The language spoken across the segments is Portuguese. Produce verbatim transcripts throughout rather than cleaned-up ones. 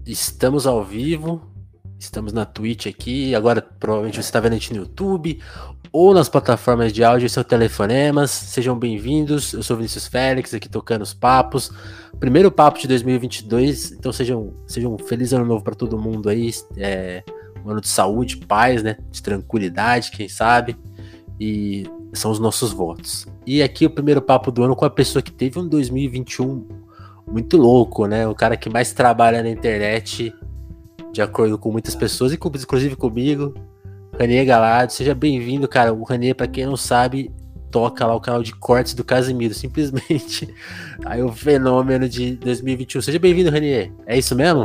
Estamos ao vivo, estamos na Twitch aqui, agora provavelmente você está vendo a gente no YouTube ou nas plataformas de áudio e seus telefonemas. Sejam bem-vindos, eu sou Vinícius Félix, aqui tocando os papos. Primeiro papo de dois mil e vinte e dois, então sejam, sejam um feliz ano novo para todo mundo aí, é, um ano de saúde, paz, né, de tranquilidade, quem sabe, e são os nossos votos. E aqui o primeiro papo do ano com a pessoa que teve um dois mil e vinte e um muito louco, né? O cara que mais trabalha na internet, de acordo com muitas pessoas, e inclusive comigo, Ranier Gallardo. Seja bem-vindo, cara. O Ranier, pra quem não sabe, toca lá o canal de cortes do Casimiro, simplesmente. Aí o fenômeno de dois mil e vinte e um. Seja bem-vindo, Ranier. É isso mesmo?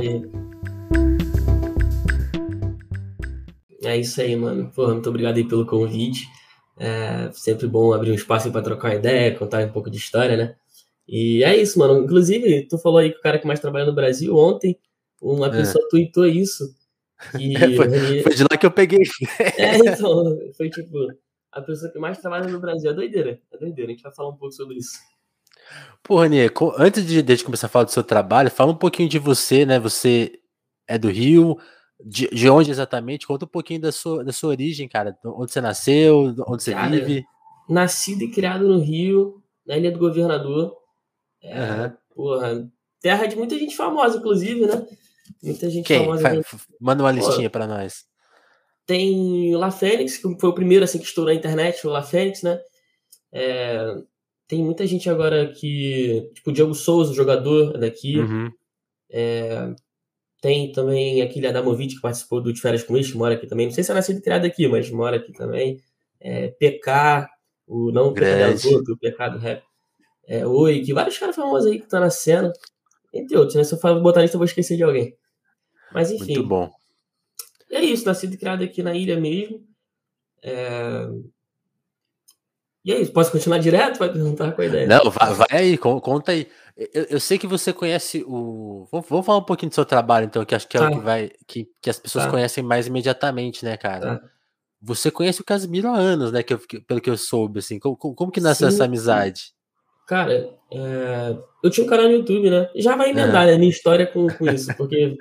É isso aí, mano. Pô, muito obrigado aí pelo convite. É sempre bom abrir um espaço para trocar ideia, contar um pouco de história, né? E é isso, mano. Inclusive, tu falou aí que o cara que mais trabalha no Brasil, ontem, uma é. pessoa tweetou isso. Que é, foi, Ranier... foi de lá que eu peguei. É, então, foi tipo, a pessoa que mais trabalha no Brasil. É doideira, é doideira. A gente vai falar um pouco sobre isso. Pô, Ranier, antes de, de começar a falar do seu trabalho, fala um pouquinho de você, né? Você é do Rio, de, de onde exatamente? Conta um pouquinho da sua, da sua origem, cara. Onde você nasceu, onde você cara, vive. Nascido e criado no Rio, na Ilha do Governador. É, uhum. Porra, terra de muita gente famosa, inclusive, né? Muita gente Quem? famosa. Gente... Manda uma listinha Pô, pra nós. Tem o La Fênix, que foi o primeiro assim, que estourou na internet, o La Fênix, né? É, tem muita gente agora que... Tipo, o Diogo Souza, o jogador daqui. Uhum. É, tem também aquele Adamovic, que participou do De Férias com Ex, mora aqui também. Não sei se é nascido e criado aqui, mas mora aqui também. É, P K, o, não o P K de Azoto, o P K do rap. É, Oi, que vários caras famosos aí que estão na cena. Entre outros, né? Se eu falar botar lista, eu vou esquecer de alguém. Mas enfim. Muito bom. É isso, nascido e criado aqui na ilha mesmo. É... E é isso, posso continuar direto? Vai perguntar com a ideia. Não, vai, vai aí, conta aí. Eu, eu sei que você conhece o... Vamos, vamos falar um pouquinho do seu trabalho, então, que acho que é tá. o que vai... Que, que as pessoas tá. conhecem mais imediatamente, né, cara? Tá. Você conhece o Casimiro há anos, né, que eu, que, pelo que eu soube, assim. Como, como que nasceu Sim. essa amizade? Cara, é... eu tinha um canal no YouTube, né? Já vai emendar, uhum. né, a minha história com, com isso, porque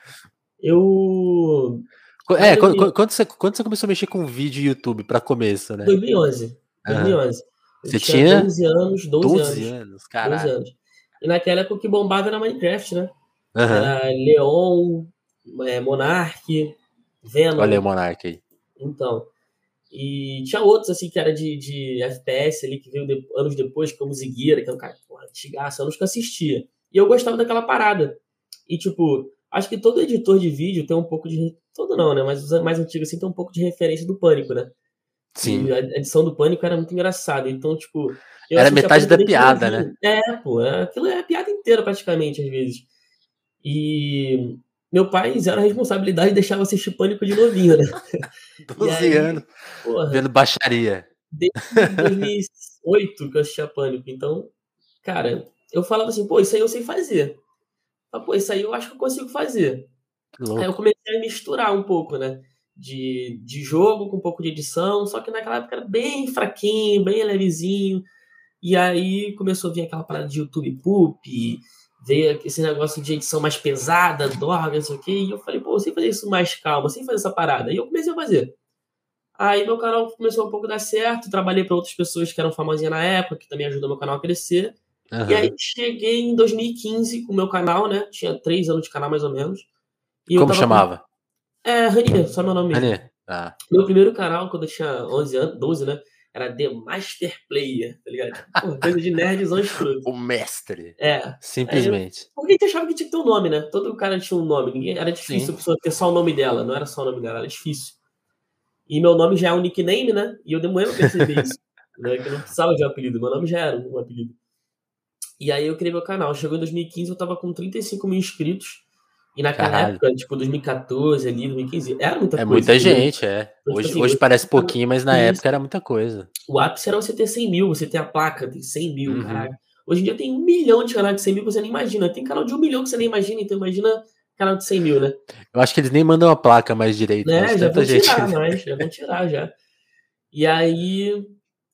eu... É, quando, eu... quando, você, quando você começou a mexer com vídeo e YouTube, pra começo, né? dois mil e onze. dois mil e onze. Uhum. Eu você tinha, tinha doze anos, doze, doze anos. anos, caralho. doze anos. E naquela época o que bombava era Minecraft, né? Uhum. Era Leon, é, Monark, Venom. Olha o Monark aí. Então... E tinha outros, assim, que era de, de F P S ali, que veio de, anos depois, como Zigueira, que é um cara, porra, antigaço, anos que eu assistia. E eu gostava daquela parada. E, tipo, acho que todo editor de vídeo tem um pouco de... Todo não, né? Mas os mais antigos, assim, tem um pouco de referência do Pânico, né? Sim. E a edição do Pânico era muito engraçada. Então, tipo... Eu era metade da piada, né? É, pô. Aquilo é a piada inteira, praticamente, às vezes. E... Meu pai zero a responsabilidade e deixava assistir Pânico de novinho, né? doze anos, porra, vendo baixaria. Desde dois mil e oito que eu assistia Pânico. Então, cara, eu falava assim, pô, isso aí eu sei fazer. Ah, pô, isso aí eu acho que eu consigo fazer. Louco. Aí eu comecei a misturar um pouco, né? De, de jogo com um pouco de edição, só que naquela época era bem fraquinho, bem levezinho. E aí começou a vir aquela parada de YouTube Poop, veio esse negócio de edição mais pesada, droga, não sei o quê. E eu falei, pô, eu sei fazer isso mais calma, eu sei fazer essa parada. E eu comecei a fazer. Aí meu canal começou um pouco a dar certo, trabalhei para outras pessoas que eram famosinhas na época, que também ajudou meu canal a crescer. Uhum. E aí cheguei em dois mil e quinze com o meu canal, né? Tinha três anos de canal mais ou menos. E Como eu chamava? Com... É, Ranier, só meu nome mesmo. Ranier, ah. Meu primeiro canal, quando eu tinha onze anos, doze, né? Era The Master Player, tá ligado? Pô, coisa de nerdzão escroto. O mestre. É. Simplesmente. Aí, porque você achava que tinha que ter um nome, né? Todo cara tinha um nome. Ninguém... Era difícil Sim. a pessoa ter só o nome dela. Não era só o nome dela, era difícil. E meu nome já é um nickname, né? E eu demorei pra perceber isso. Né? Que eu não precisava de um apelido. Meu nome já era um apelido. E aí eu criei meu canal. Chegou em dois mil e quinze, eu tava com trinta e cinco mil inscritos. E naquela Caralho. época, tipo, dois mil e quatorze ali, dois mil e quinze, era muita é coisa. É muita gente, é. Então, hoje, tipo assim, hoje parece pouquinho, mas na isso. época era muita coisa. O ápice era você ter cem mil, você ter a placa, tem cem mil, uhum. Caralho. Hoje em dia tem um milhão de canais de cem mil que você nem imagina. Tem canal de um milhão que você nem imagina, então imagina canal de cem mil, né? Eu acho que eles nem mandam a placa mais direito. Né? Né? Já vão gente... tirar, mas já vão tirar, já. E aí,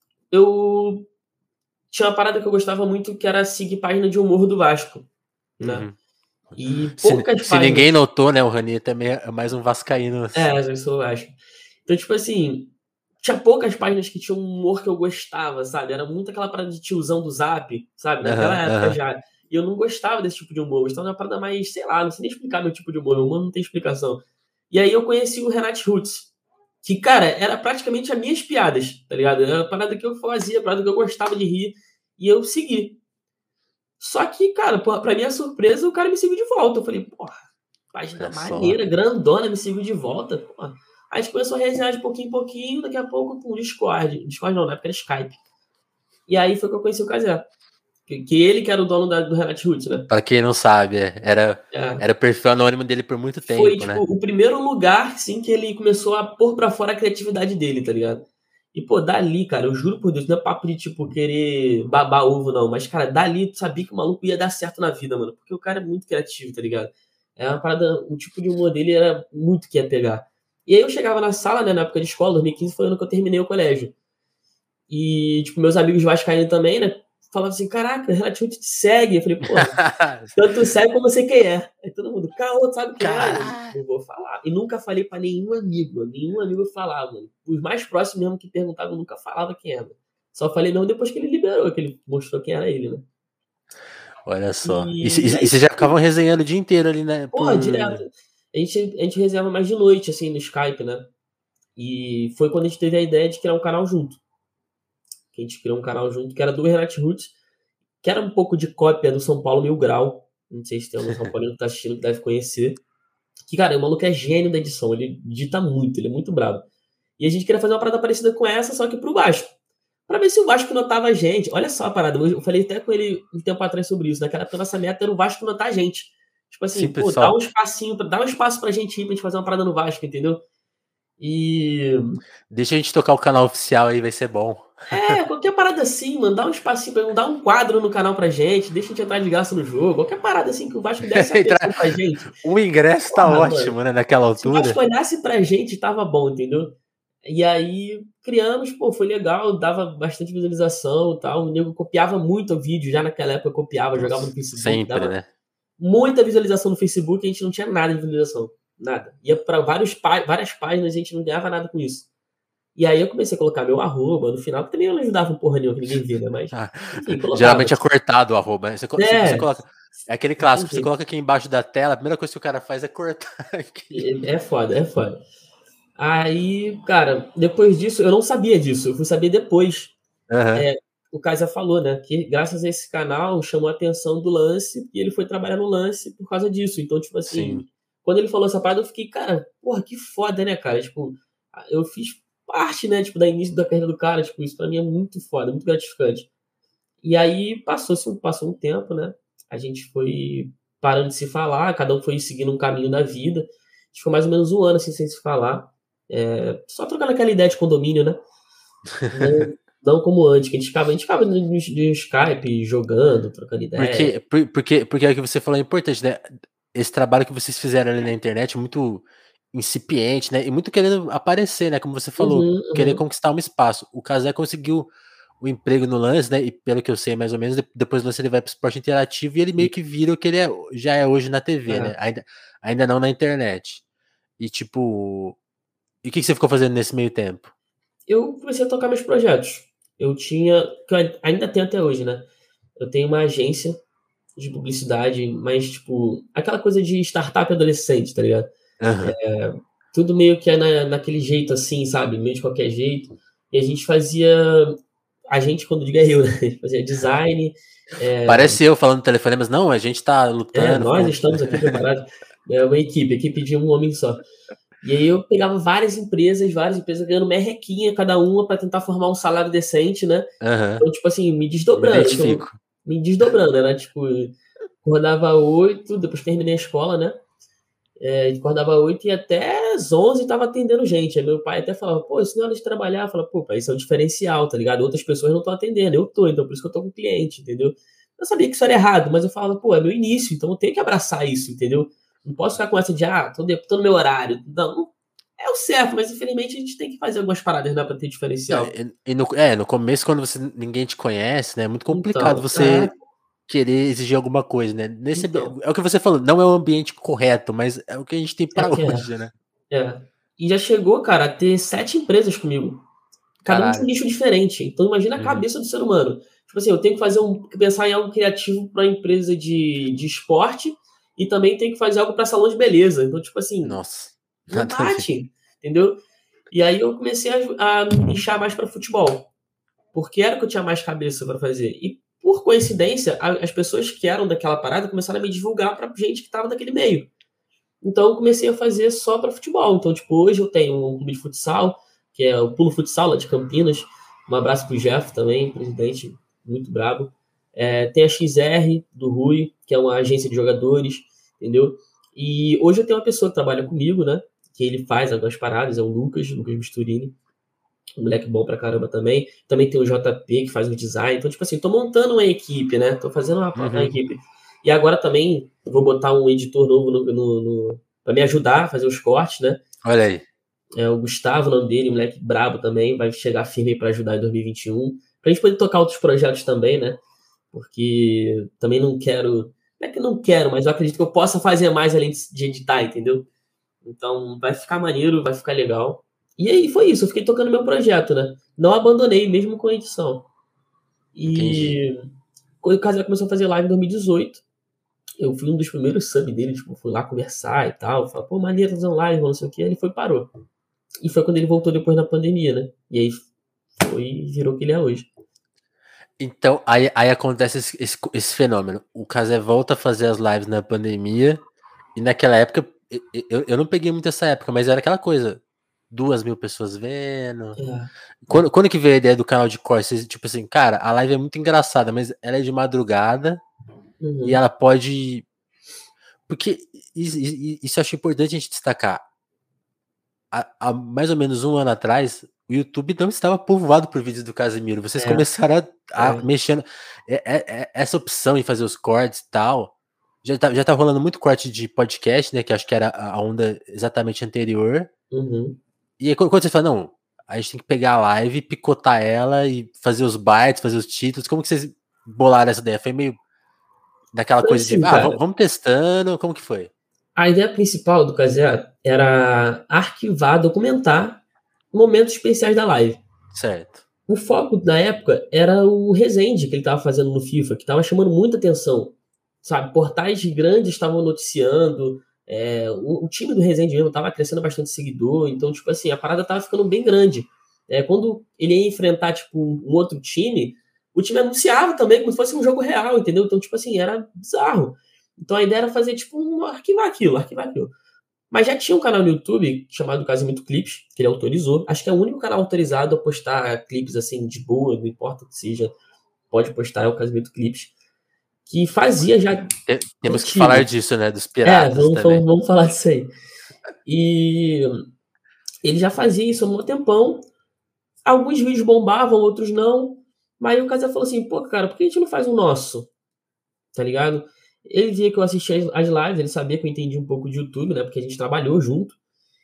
eu tinha uma parada que eu gostava muito, que era seguir página de humor do Vasco, né? Uhum. E Se, poucas se páginas. ninguém notou, né, o Rani também é mais um vascaíno. É, isso eu acho. Então, tipo assim, tinha poucas páginas que tinham um humor que eu gostava, sabe? Era muito aquela parada de tiozão do Zap, sabe? Naquela Aham, época aham. já. E eu não gostava desse tipo de humor. Eu gostava de uma parada mais, sei lá, não sei nem explicar meu tipo de humor. Meu humor não tem explicação. E aí eu conheci o Renato Roots, que, cara, era praticamente as minhas piadas, tá ligado? Era a parada que eu fazia, a parada que eu gostava de rir. E eu segui. Só que, cara, pô, pra minha surpresa, o cara me seguiu de volta. Eu falei, porra, página Olha só. maneira, grandona, me seguiu de volta. Porra. Aí a gente começou a resenhar de pouquinho em pouquinho, daqui a pouco, pum, Discord. Discord não, na época era Skype. E aí foi que eu conheci o Casé. Que, que ele que era o dono da, do Renato Roots, né? Pra quem não sabe, é, era, É. era o perfil anônimo dele por muito Foi, tempo, tipo, né? o primeiro lugar, sim, que ele começou a pôr pra fora a criatividade dele, tá ligado? E, pô, dali, cara, eu juro por Deus, não é papo de, tipo, querer babar ovo, não. Mas, cara, dali tu sabia que o maluco ia dar certo na vida, mano. Porque o cara é muito criativo, tá ligado? É uma parada, o tipo de humor dele era muito que ia pegar. E aí eu chegava na sala, né, na época de escola, dois mil e quinze foi o ano que eu terminei o colégio. E, tipo, meus amigos vascaínos também, né, falavam assim, caraca, o Renato te segue. Eu falei, porra, tanto segue como você quem é. Aí todo mundo, Caô, sabe quem é? Eu Caralho! não vou falar. E nunca falei pra nenhum amigo, mano. Nenhum amigo falava, mano. Os mais próximos mesmo que perguntavam, eu nunca falava quem era. Só falei não depois que ele liberou, que ele mostrou quem era ele, né? Olha só. E, E, e, e é e vocês isso já aí. ficavam resenhando o dia inteiro ali, né? Porra, Por. direto. A gente, a gente reserva mais de noite, assim, no Skype, né? E foi quando a gente teve a ideia de criar um canal junto. Que a gente criou um canal junto, que era do Renato Roots, que era um pouco de cópia do São Paulo Mil Grau. Não sei se tem algum São Paulino que tá assistindo que deve conhecer. Que, cara, o maluco é gênio da edição. Ele digita muito, ele é muito brabo. E a gente queria fazer uma parada parecida com essa, só que pro Vasco. Pra ver se o Vasco notava a gente. Olha só a parada. Eu falei até com ele um tempo atrás sobre isso. Naquela época, nossa meta era o Vasco notar a gente. Tipo assim, Simples pô, dá só. um espacinho, dá um espaço pra gente ir pra gente fazer uma parada no Vasco, entendeu? E. Deixa a gente tocar o canal oficial aí, vai ser bom. É, qualquer parada assim, mano. Dá um espacinho pra dá um quadro no canal pra gente, deixa a gente entrar de graça no jogo. Qualquer parada assim que o Vasco desse atenção pra gente. O ingresso tá Porra, mano. ótimo, né? Naquela Se o Vasco altura. olhasse pra gente, tava bom, entendeu? E aí criamos, pô, foi legal, dava bastante visualização e tal. O nego copiava muito o vídeo, já naquela época eu copiava, jogava no Nossa, Facebook, sempre, dava né? muita visualização no Facebook, a gente não tinha nada de visualização, nada. Ia pra vários pá- várias páginas, a gente não ganhava nada com isso. E aí eu comecei a colocar meu arroba no final, que também não ajudava um porra nenhuma, que ninguém via, né? Mas, Ah, enfim, colocava. geralmente é cortado o arroba, né? Você, co- você, você É, coloca. É aquele não tem clássico, você jeito. coloca aqui embaixo da tela, a primeira coisa que o cara faz é cortar aqui. É é foda, é foda. Aí, cara, depois disso, eu não sabia disso, eu fui saber depois. Aham, É, o Kaisa falou, né, que graças a esse canal chamou a atenção do Lance e ele foi trabalhar no Lance por causa disso. Então, tipo assim, sim. quando ele falou essa parada, eu fiquei, cara, porra, que foda, né, cara? Tipo, eu fiz parte, né, tipo, da início da carreira do cara, tipo, isso pra mim é muito foda, muito gratificante. E aí passou-se um, passou um tempo, né? A gente foi parando de se falar, cada um foi seguindo um caminho da vida. A gente ficou mais ou menos um ano assim sem se falar. É, só trocando aquela ideia de condomínio, né? Não, não como antes, que a gente ficava, a gente ficava no, no Skype jogando, trocando ideia. Porque, por- porque, porque é o que você falou é importante, né? Esse trabalho que vocês fizeram ali na internet, muito incipiente, né? E muito querendo aparecer, né? Como você falou, Uhum, querer uhum. conquistar um espaço. O Casé conseguiu o emprego no Lance, né? E pelo que eu sei, mais ou menos, de- depois do Lance ele vai pro esporte interativo e ele meio E, que vira o que ele é, já é hoje na T V, né? é, Ainda, ainda não na internet. E tipo, e o que que você ficou fazendo nesse meio tempo? eu comecei a tocar meus projetos. Eu tinha, que eu ainda tenho até hoje, né? Eu tenho uma agência de publicidade, mas, tipo, aquela coisa de startup adolescente, tá ligado? Aham. Tudo meio que é na, naquele jeito assim, sabe? Meio de qualquer jeito. E a gente fazia. A gente, quando digo é eu, né? A gente fazia design. É, Parece eu falando no telefone, mas não, a gente tá é, lutando nós contra. estamos aqui preparados. É uma equipe, equipe de um homem só. E aí eu pegava várias empresas, várias empresas ganhando merrequinha cada uma para tentar formar um salário decente, né? Aham. Então, tipo assim, me Me desdobrando. Então, identifico. me desdobrando. Era tipo, acordava oito, depois terminei a escola, né? É, acordava oito e até às onze tava atendendo gente. Aí meu pai até falava, pô, isso não é hora de trabalhar. Fala, pô, pai, isso é um diferencial, tá ligado? Outras pessoas não estão atendendo, eu tô, então por isso que eu tô com cliente, entendeu? Eu sabia que isso era errado, mas eu falava, pô, é meu início, então eu tenho que abraçar isso, entendeu? Não posso ficar com essa de, ah, tô, de, tô no meu horário. Não, não é o certo, mas infelizmente a gente tem que fazer algumas paradas, né, pra ter Não, diferencial. e, e no, é, no começo, quando você ninguém te conhece, né? É muito complicado Então, é, você querer exigir alguma coisa, né? Nesse, Então, é o que você falou, não é o ambiente correto, mas é o que a gente tem é para o que é. hoje, né? É. E já chegou, cara, a ter sete empresas comigo. Cada um de um Caralho. nicho diferente. Então imagina a Uhum. cabeça do ser humano. Tipo assim, eu tenho que fazer um, pensar em algo criativo para empresa de, de esporte e também tenho que fazer algo para salão de beleza. Então, tipo assim, Nossa, não nada a ver. bate, entendeu? E aí eu comecei a, a me inchar mais para futebol, porque era o que eu tinha mais cabeça para fazer. E por coincidência, a, as pessoas que eram daquela parada começaram a me divulgar para gente que estava daquele meio. Então eu comecei a fazer só para futebol. Então, tipo, hoje eu tenho um clube de futsal, que é o Pulo Futsal lá de Campinas. Um abraço pro Jeff também, presidente, muito brabo. É, tem a X R do Rui, que é uma agência de jogadores, entendeu? E hoje eu tenho uma pessoa que trabalha comigo, né? Que ele faz algumas paradas, é o Lucas, Lucas Misturini. Um moleque bom pra caramba também. Também tem o J P, que faz o design. Então, tipo assim, tô montando uma equipe, né? Tô fazendo uma, uma Uhum. equipe. E agora também vou botar um editor novo no, no, no, pra me ajudar a fazer os cortes, né? Olha aí. É o Gustavo, o nome dele, um moleque brabo também. Vai chegar firme pra ajudar em dois mil e vinte e um. Pra gente poder tocar outros projetos também, né? Porque também não quero. Não é que não quero, mas eu acredito que eu possa fazer mais além de editar, entendeu? Então vai ficar maneiro, vai ficar legal. E aí foi isso, eu fiquei tocando meu projeto, né? Não abandonei, mesmo com a edição. Entendi. E quando o Casé começou a fazer live em dois mil e dezoito, eu fui um dos primeiros sub dele, tipo, fui lá conversar e tal. Falei, pô, maneiro, tá fazendo live, não sei o que. Ele foi e parou. E foi quando ele voltou depois da pandemia, né? E aí foi e virou o que ele é hoje. Então, aí, aí acontece esse, esse, esse fenômeno. O Casé volta a fazer as lives na pandemia, e naquela época, eu, eu, eu não peguei muito essa época, mas era aquela coisa, duas mil pessoas vendo. É, Quando, quando que veio a ideia do canal de cortes? Tipo assim, cara, a live é muito engraçada, mas ela é de madrugada, e uhum, ela pode... Porque isso, isso eu acho importante a gente destacar. Há, há mais ou menos um ano atrás, o YouTube não estava povoado por vídeos do Casemiro. Vocês é, começaram a, a é, mexendo. É, é, é, essa opção em fazer os cortes e tal. Já tá, já tá rolando muito corte de podcast, né? Que acho que era a onda exatamente anterior. uhum. E aí, quando quando você fala, não, a gente tem que pegar a live, picotar ela e fazer os bytes, fazer os títulos. Como que vocês bolaram essa ideia? Foi meio daquela Foi coisa de, assim, ah, cara. vamos vamos testando. Como que foi? A ideia principal do Casé era arquivar, documentar momentos especiais da live. Certo. O foco na época era o Resende que ele estava fazendo no FIFA, que estava chamando muita atenção. Sabe, portais grandes estavam noticiando, é, o, o, time do Resende mesmo estava crescendo bastante seguidor, então, tipo assim, a parada estava ficando bem grande. É, quando ele ia enfrentar, tipo, um, um outro time, o time anunciava também como se fosse um jogo real, entendeu? Então, tipo assim, era bizarro. Então a ideia era fazer, tipo, um, arquivar aquilo, arquivar aquilo. Mas já tinha um canal no YouTube chamado Casimiro Clips, que ele autorizou. Acho que é o único canal autorizado a postar clipes assim de boa, não importa o que seja, pode postar, é o Casimiro Clips, que fazia já Te- Temos que falar antigo. disso, né? Dos É, piratas vamos, também. vamos, vamos falar disso aí. E ele já fazia isso há um tempão. Alguns vídeos bombavam, outros não. Mas aí o Casé falou assim, pô, cara, por que a gente não faz o nosso? Tá ligado? Ele via que eu assistia as lives, ele sabia que eu entendia um pouco de YouTube, né? Porque a gente trabalhou junto.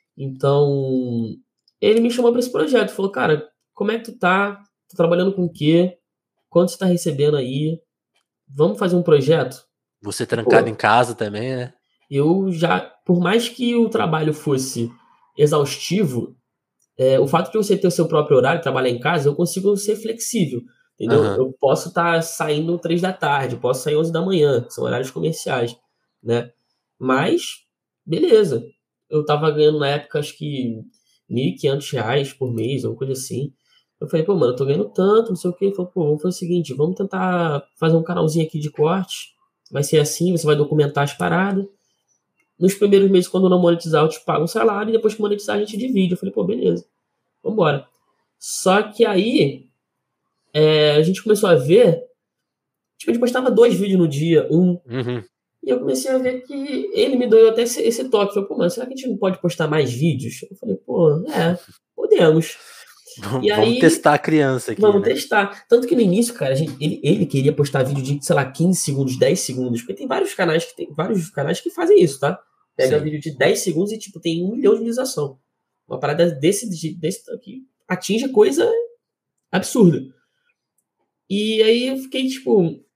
Então, ele me chamou para esse projeto. Falou, cara, como é que tu tá? Tá trabalhando com o quê? Quanto você tá recebendo aí? Vamos fazer um projeto? Você E, trancado em pô, casa também, né? eu já, por mais que o trabalho fosse exaustivo, é, o fato de você ter o seu próprio horário, trabalhar em casa, eu consigo ser flexível, entendeu? Aham. Eu posso estar saindo três da tarde, posso sair onze da manhã, são horários comerciais, né? Mas, beleza. Eu tava ganhando na época, acho que mil e quinhentos reais por mês, ou coisa assim. Eu falei, pô, mano, eu tô ganhando tanto, não sei o quê. Ele falou, pô, vamos fazer o seguinte, vamos tentar fazer um canalzinho aqui de corte. Vai ser assim, você vai documentar as paradas. Nos primeiros meses, quando não monetizar, eu te pago um salário, e depois que monetizar, a gente divide. Eu falei, pô, beleza, vambora. Só que aí, é, a gente começou a ver, tipo, a gente postava dois vídeos no dia, um. Uhum. E eu comecei a ver que ele me deu até esse, esse toque. Falei, pô, mano, será que a gente não pode postar mais vídeos? Eu falei, pô, é, podemos. E Vamos vamos aí, testar a criança aqui, vamos né? testar. Tanto que no início, cara, a gente, ele, ele queria postar vídeo de, sei lá, quinze segundos, dez segundos. Porque tem vários canais que tem vários canais que fazem isso, tá? Pega Sim. vídeo de dez segundos e, tipo, tem um milhão de visualização. Uma parada desse, desse aqui atinge coisa absurda. E aí eu fiquei, tipo,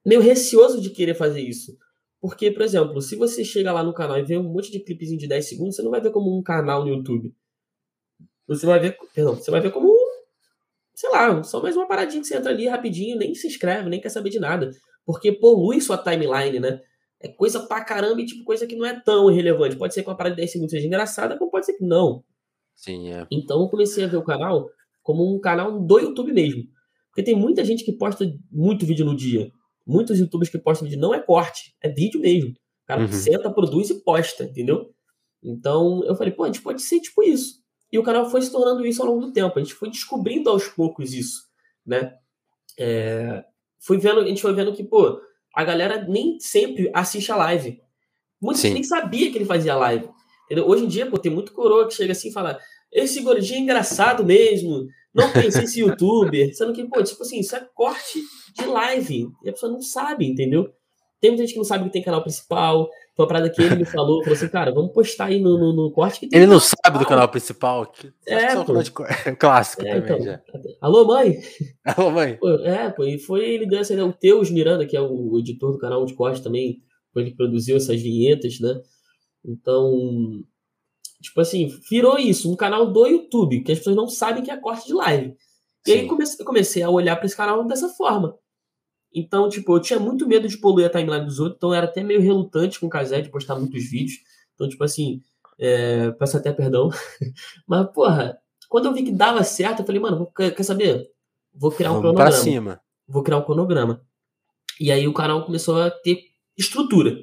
meio receoso de querer fazer isso. Porque, por exemplo, se você chega lá no canal e vê um monte de clipezinho de dez segundos, você não vai ver como um canal no YouTube. Você vai ver, perdão, você vai ver como, sei lá, só mais uma paradinha que você entra ali rapidinho, nem se inscreve, nem quer saber de nada. Porque polui sua timeline, né? É coisa pra caramba e tipo coisa que não é tão irrelevante. Pode ser que uma parada de dez segundos seja engraçada, como pode ser que não. Sim, é. Então eu comecei a ver o canal como um canal do YouTube mesmo. Porque tem muita gente que posta muito vídeo no dia. Muitos YouTubers que postam vídeo não é corte, é vídeo mesmo. O cara Uhum. senta, produz e posta, entendeu? Então eu falei, pô, a gente pode ser tipo isso. E o canal foi se tornando isso ao longo do tempo. A gente foi descobrindo aos poucos isso, né? É... Fui vendo, a gente foi vendo que, pô, a galera nem sempre assiste a live. Muita gente Sim. nem sabia que ele fazia live. Entendeu? Hoje em dia, pô, tem muito coroa que chega assim e fala: esse gordinho é engraçado mesmo, não pensei esse youtuber. Sendo que, pô, tipo assim, isso é corte de live. E a pessoa não sabe, entendeu? Tem muita gente que não sabe que tem canal principal. Foi uma parada que ele me falou, falou assim, cara, vamos postar aí no, no, no corte que tem Ele um não canal sabe do principal. canal principal. Que... Acho que É, só o canal pô. de clássico É, também então. já. Alô, mãe? Alô, mãe. Pô, é, pô, e foi ele deu essa ideia. O Teus Miranda, que é o editor do canal de corte também, foi ele que produziu essas vinhetas, né? Então, tipo assim, virou isso, um canal do YouTube, que as pessoas não sabem que é corte de live. E aí Sim. comecei, comecei a olhar para esse canal dessa forma. Então, tipo, eu tinha muito medo de poluir a timeline dos outros, então eu era até meio relutante com o Kazé de postar muitos vídeos. Então, tipo assim, é, peço até perdão. Mas, porra, quando eu vi que dava certo, eu falei, mano, quer, quer saber? Vou criar um Vamos pra cronograma. cima. Vou criar um cronograma. E aí o canal começou a ter estrutura.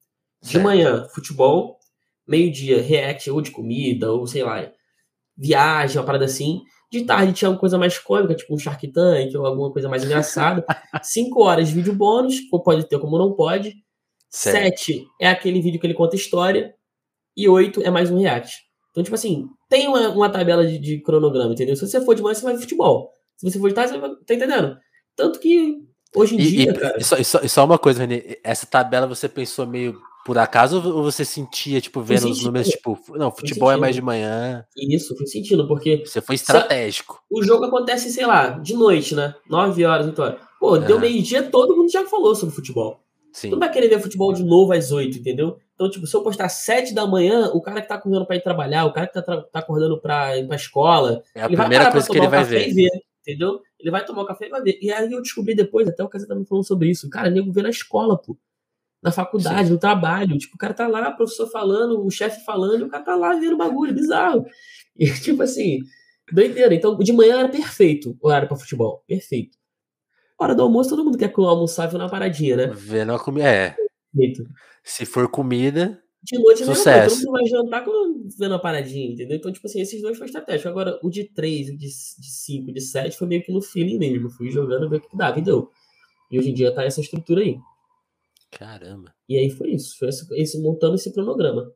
De Certo. manhã, futebol. Meio-dia, react ou de comida, ou sei lá, viagem, uma parada assim. De tarde tinha uma coisa mais cômica, tipo um Shark Tank ou alguma coisa mais engraçada. Cinco horas, vídeo bônus, ou pode ter como não pode. Certo. Sete é aquele vídeo que ele conta história. E oito é mais um react. Então, tipo assim, tem uma, uma tabela de, de cronograma, entendeu? Se você for de manhã, você vai ver futebol. Se você for de tarde, você vai... Tá entendendo? Tanto que, hoje em E, dia, e, e, cara... só, e, só, e só uma coisa, Renê. Essa tabela você pensou meio por acaso ou você sentia, tipo, Fui vendo os sentindo, números, tipo, não, fui futebol é mais de sentindo. manhã. Isso, fui sentindo, porque Você foi se a- estratégico. o jogo acontece, sei lá, de noite, né? Nove horas, oito horas. Pô, deu Aham. meio-dia, todo mundo já falou sobre futebol. Tu não Sim. vai querer ver futebol de novo às oito, entendeu? Então, tipo, se eu postar sete da manhã, o cara que tá acordando pra ir trabalhar, o cara que tá, tra- tá acordando pra ir pra escola, É a ele vai primeira parar pra coisa que tomar ele um vai café ver. e ver, entendeu? Ele vai tomar um café e vai ver. E aí eu descobri depois, até o Casé tava me falando sobre isso. Cara, nego vê na escola, pô. Na Sim. faculdade, no trabalho. Tipo, o cara tá lá, o professor falando, o chefe falando, e o cara tá lá vendo bagulho, bizarro. E, tipo assim, doideira. Então, de manhã era perfeito o horário pra futebol. Perfeito. Hora do almoço, todo mundo quer almoçar e ver uma paradinha, né? Vendo a comida. É. Perfeito. Se for comida, De noite é a mesma coisa, todo sucesso. mundo vai jantar com- vendo uma paradinha, entendeu? Então, tipo assim, esses dois foi estratégico. Agora, o de três, o de cinco, o de sete foi meio que no feeling mesmo. Fui jogando, ver o que dava e deu. E hoje em dia tá essa estrutura aí. Caramba. E aí foi isso. Foi esse, esse- montando esse cronograma.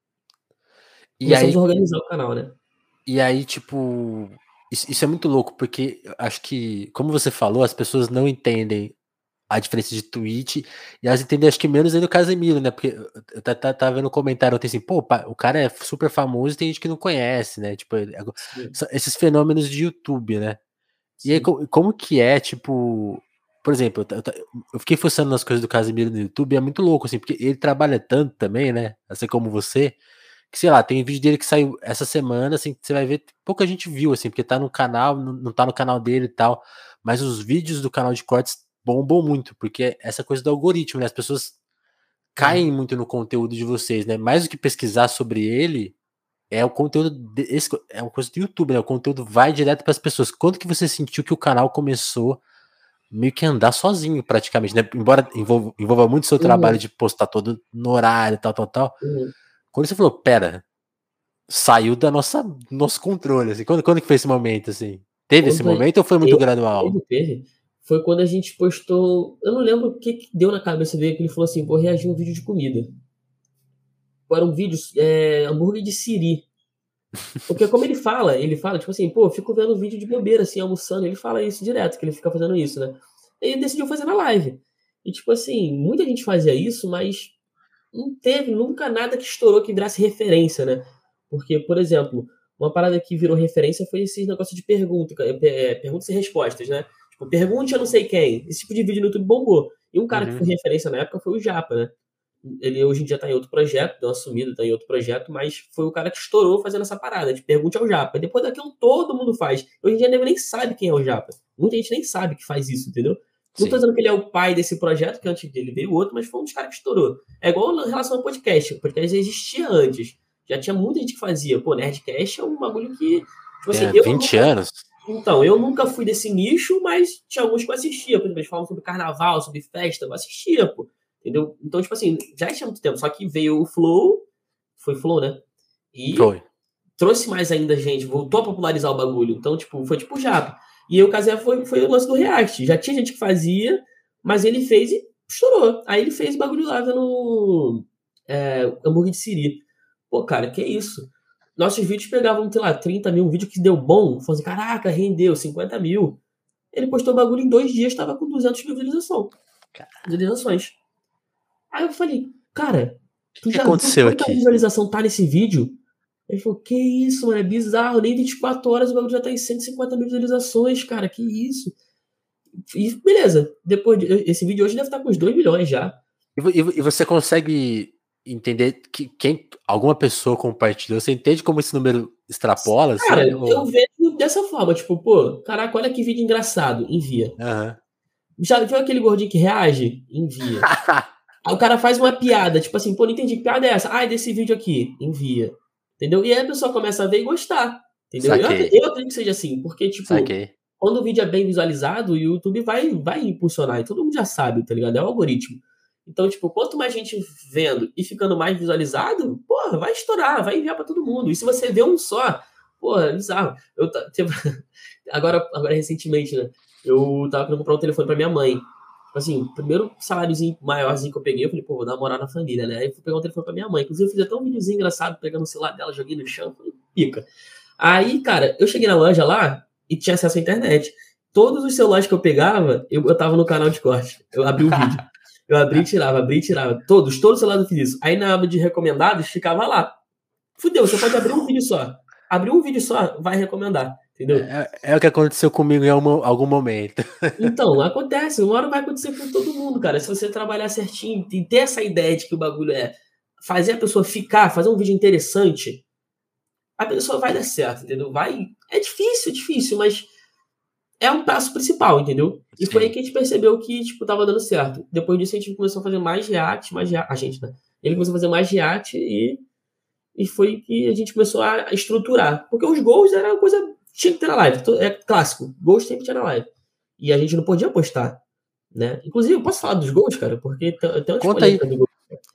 E Começamos a aí, organizar o canal, né? e aí, tipo, isso, isso é muito louco, porque eu acho que, como você falou, as pessoas não entendem a diferença de Twitch, e elas entendem, acho que menos ainda o Casemiro, né? Porque eu eu tá, tá, tava vendo um comentário ontem assim, pô, pa- o cara é super famoso e tem gente que não conhece, né? Tipo, ele- agora- Sim, são esses fenômenos de YouTube, né? E aí, sim. co- como que é, tipo, por exemplo, eu, ta- eu ta- eu fiquei fuçando nas coisas do Casemiro no YouTube, e é muito louco, assim, porque ele trabalha tanto também, né? Assim como você, que sei lá, tem vídeo dele que saiu essa semana, assim, que você vai ver, pouca gente viu, assim, porque tá no canal, não, não tá no canal dele e tal, mas os vídeos do canal de cortes bombam muito, porque essa coisa do algoritmo, né? As pessoas É. caem muito no conteúdo de vocês, né? Mais do que pesquisar sobre ele, é o conteúdo de- esse, é uma coisa do YouTube, né? O conteúdo vai direto para as pessoas. Quando que você sentiu que o canal começou meio que a andar sozinho, praticamente, né? Embora envolva, envolva muito seu trabalho Uhum, de postar todo no horário, tal, tal, tal. uhum. Quando você falou, pera, saiu da nossa nosso controle, assim. Quando, quando que foi esse momento, assim? Teve esse Quando a momento ou foi muito teve, gradual? teve, teve, foi quando a gente postou. Eu não lembro o que, que deu na cabeça dele, que ele falou assim: vou reagir a um vídeo de comida. Era um vídeo, é, hambúrguer de siri. Porque como ele fala, ele fala, tipo assim, pô, eu fico vendo vídeo de bobeira, assim, almoçando. Ele fala isso direto, que ele fica fazendo isso, né? E ele decidiu fazer na live. E, tipo assim, muita gente fazia isso, mas não teve nunca nada que estourou que virasse referência, né? Porque, por exemplo, uma parada que virou referência foi esse negócio de pergunta, é, perguntas e respostas, né? Tipo, pergunte a não sei quem. Esse tipo de vídeo no YouTube bombou. E um cara que foi Uhum. referência na época foi o Japa, né? Ele hoje em dia tá em outro projeto, deu uma sumida, tá em outro projeto, mas foi o cara que estourou fazendo essa parada, de pergunte ao Japa. Depois daquilo todo mundo faz. Hoje em dia nego nem sabe quem é o Japa. Muita gente nem sabe que faz isso, entendeu? Não tô Sim. dizendo que ele é o pai desse projeto, que antes dele veio outro, mas foi um dos caras que estourou. É igual em relação ao podcast. O podcast já existia antes. Já tinha muita gente que fazia. Pô, Nerdcast é um bagulho que. Tipo assim, Tem eu vinte nunca. anos. Então, eu nunca fui desse nicho, mas tinha alguns que eu assistia. Por exemplo, eles falam sobre carnaval, sobre festa, eu assistia, pô. Entendeu? Então, tipo assim, já tinha muito tempo. Só que veio o Flow, foi Flow, né? E Foi. trouxe mais ainda gente, voltou a popularizar o bagulho. Então, tipo, foi tipo o Japa. E aí o Casé foi, foi o lance do React. Já tinha gente que fazia, mas ele fez e estourou. Aí ele fez o bagulho lá no é, hambúrguer de Siri. Pô, cara, que isso? Nossos vídeos pegavam, sei lá, trinta mil, um vídeo que deu bom. Falou assim, caraca, rendeu cinquenta mil. Ele postou o bagulho em dois dias, tava com duzentos mil visualização, visualizações. Aí eu falei, cara, O tu que já viu aconteceu quanta aqui? visualização tá nesse vídeo? Ele falou, que isso, mano, é bizarro, nem vinte e quatro horas o bagulho já tá em cento e cinquenta mil visualizações, cara, que isso. E beleza, depois de, esse vídeo hoje deve estar com uns dois milhões já. E, vo- e vo- e você consegue entender que quem alguma pessoa compartilhou? Você entende como esse número extrapola, Cara, assim? eu Ou... vejo dessa forma, tipo, pô, caraca, olha que vídeo engraçado, envia. Aham. Já viu aquele gordinho que reage? Envia. Aí o cara faz uma piada, tipo assim, pô, não entendi que piada é essa. Ah, é desse vídeo aqui, envia. Entendeu? E aí a pessoa começa a ver e gostar. Entendeu? Eu, acre- Saquei, eu acredito que seja assim, porque, tipo, saquei. quando o vídeo é bem visualizado, o YouTube vai, vai impulsionar, e todo mundo já sabe, tá ligado? É o algoritmo. Então, tipo, quanto mais gente vendo e ficando mais visualizado, porra, vai estourar, vai enviar pra todo mundo. E se você vê um só, porra, é bizarro. Eu, ta- teve- agora, agora, recentemente, né? Eu tava querendo comprar um telefone pra minha mãe. Tipo assim, primeiro saláriozinho maiorzinho que eu peguei, eu falei, pô, vou dar uma moral na família, né? Aí eu fui pegar um telefone pra minha mãe. Inclusive, eu fiz até um videozinho engraçado pegando o celular dela, joguei no chão, falei, pica. Aí, cara, eu cheguei na loja lá e tinha acesso à internet. Todos os celulares que eu pegava, eu botava no canal de corte. Eu abri o vídeo. Eu abri e tirava, abri e tirava. Todos, todos os celulares eu fiz isso. Aí na aba de recomendados ficava lá. Fudeu, você pode abrir um vídeo só. Abrir um vídeo só, vai recomendar. Entendeu? É, é o que aconteceu comigo em algum, algum momento. Então, acontece, uma hora vai acontecer com todo mundo, cara. Se você trabalhar certinho e ter essa ideia de que o bagulho é fazer a pessoa ficar, fazer um vídeo interessante, a pessoa vai dar certo, entendeu? Vai. É difícil, é difícil, mas é um passo principal, entendeu? E foi aí Sim. que a gente percebeu que, tipo, tava dando certo. Depois disso, a gente começou a fazer mais react, mais react. A gente, né? Ele começou a fazer mais react e, e foi que a gente começou a estruturar. Porque os gols era uma coisa. Tinha que ter na live. É clássico. Gols sempre tinha na live. E a gente não podia postar, né? Inclusive, eu posso falar dos gols, cara, porque tem, tem umas Conta aí. polêmicas do gol.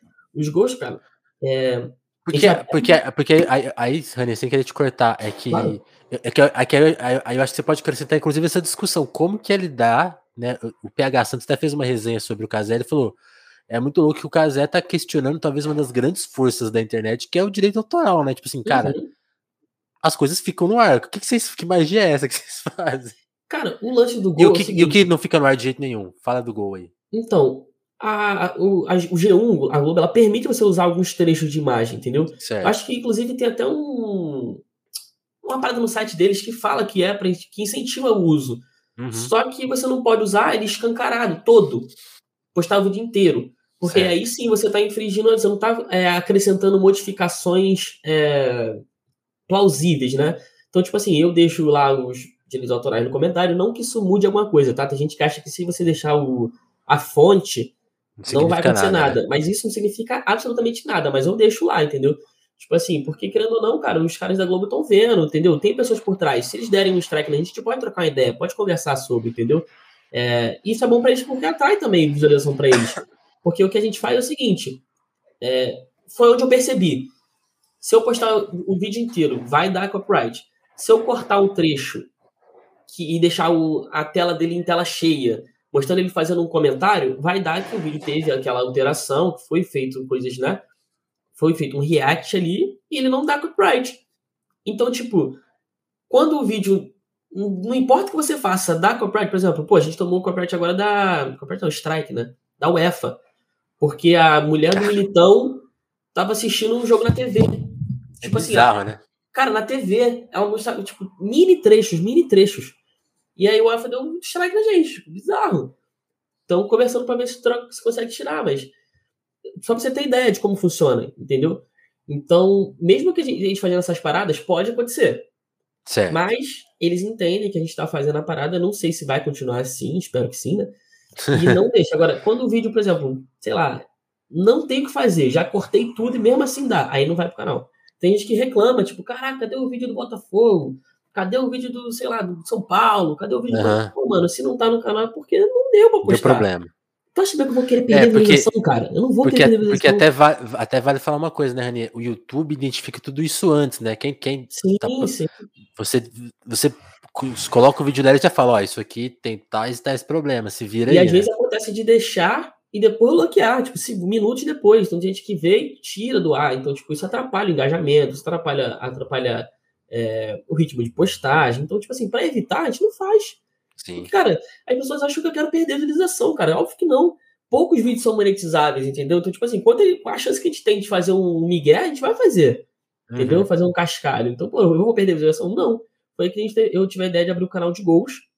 Os gols, cara, é, a gente Porque, já. porque, porque aí, aí, Rani, sem querer te cortar, é que, Claro. é que, é que aí, aí eu acho que você pode acrescentar, inclusive, essa discussão. Como que ele dá, né? O P H Santos até fez uma resenha sobre o Casé, ele falou: é muito louco que o Casé tá questionando talvez uma das grandes forças da internet, que é o direito autoral, né? Tipo assim, cara, Uhum. as coisas ficam no ar. O que, que vocês, que magia é essa que vocês fazem? Cara, o lance do E o gol é o que, e o que seguinte. não fica no ar de jeito nenhum? Fala do gol aí. Então, a, a- o, a- o G um, a Globo, ela permite você usar alguns trechos de imagem, entendeu? Eu Certo. acho que, inclusive, tem até um, uma parada no site deles que fala que é pra, que incentiva o uso. Uhum. Só que você não pode usar ele escancarado, todo, postar o dia inteiro. Porque aí Certo. sim você está infringindo, você não está é, acrescentando modificações é, plausíveis, né? Então, tipo assim, eu deixo lá os direitos autorais no comentário, não que isso mude alguma coisa, tá? Tem gente que acha que se você deixar o, a fonte, Não não vai significa acontecer nada, né? nada. Mas isso não significa absolutamente nada, mas eu deixo lá, entendeu? Tipo assim, porque querendo ou não, cara, os caras da Globo estão vendo, entendeu? Tem pessoas por trás. Se eles derem um strike na gente, a gente pode trocar uma ideia, pode conversar sobre, entendeu? É, isso é bom pra eles porque atrai também visualização pra eles. Porque o que a gente faz é o seguinte, é, foi onde eu percebi. Se eu postar o vídeo inteiro, vai dar copyright. Se eu cortar um trecho que, e deixar o, a tela dele em tela cheia, mostrando ele fazendo um comentário, vai dar que o vídeo teve aquela alteração, que foi feito coisas, né? Foi feito um react ali e ele não dá copyright. Então, tipo, quando o vídeo. Não importa o que você faça, dá copyright, por exemplo, pô, a gente tomou o copyright agora da. Copyright não, strike, né? Da UEFA. Porque a mulher do Militão tava assistindo um jogo na T V. É Tipo assim, a, bizarro, né? cara, na T V, ela mostrava, tipo, mini trechos, mini trechos. E aí o UEFA deu um strike na gente, tipo, bizarro. estão conversando para ver se, troca, se consegue tirar, mas só pra você ter ideia de como funciona, entendeu? Então, mesmo que a gente, a gente fazendo essas paradas, pode acontecer. Certo. Mas eles entendem que a gente tá fazendo a parada, não sei se vai continuar assim, espero que sim, né? E não deixa. Agora, quando o vídeo, por exemplo, sei lá, não tem o que fazer, já cortei tudo e mesmo assim dá, aí não vai pro canal. Tem gente que reclama, tipo, caraca, cadê o vídeo do Botafogo? Cadê o vídeo do, sei lá, do São Paulo? Cadê o vídeo Uhum. do... Pô, mano, se não tá no canal é porque não deu pra postar. Deu problema. Tu acha que eu vou querer É, perder porque, visualização, cara? Eu não vou porque, querer perder porque visualização. até, va até vale falar uma coisa, né, Rani? O YouTube identifica tudo isso antes, né? Quem, quem Sim, tá, sim. você, você coloca o vídeo dela e já fala, ó, isso aqui tem tais e tais problemas, se vira E aí, às né? vezes acontece de deixar e depois bloquear, tipo, assim, minutos depois. Então tem gente que vê e tira do ar. Então, tipo, isso atrapalha o engajamento, isso atrapalha, atrapalha é, o ritmo de postagem. Então, tipo assim, pra evitar, a gente não faz. Sim. Porque, cara, as pessoas acham que eu quero perder a visualização, cara. Óbvio que não. Poucos vídeos são monetizáveis, entendeu? Então, tipo assim, quanto a chance que a gente tem de fazer um migué, a gente vai fazer. Entendeu? Uhum. Fazer um cascalho. Então, pô, eu vou perder a visualização? Não. Foi que a gente teve, eu tive a ideia de abrir um canal de gols.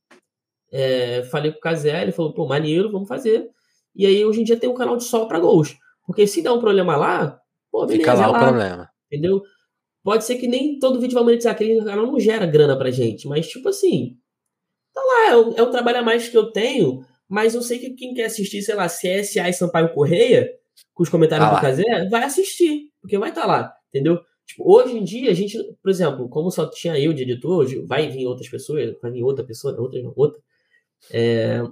É, falei com o Casé, ele falou, pô, maneiro, vamos fazer. E aí, hoje em dia, tem um canal de só pra gols. Porque se der um problema lá, pô, beleza, Fica lá é o lá. problema. Entendeu? Pode ser que nem todo vídeo vai monetizar, aquele canal não gera grana pra gente. Mas, tipo assim, tá lá, é um, é um trabalho a mais que eu tenho, mas eu sei que quem quer assistir, sei lá, C S A e Sampaio Correia, com os comentários Tá do lá. Casé, vai assistir, porque vai estar tá lá, entendeu? Tipo, hoje em dia, a gente, por exemplo, como só tinha eu de editor, hoje vai vir outras pessoas, vai vir outra pessoa, outra, outra, é,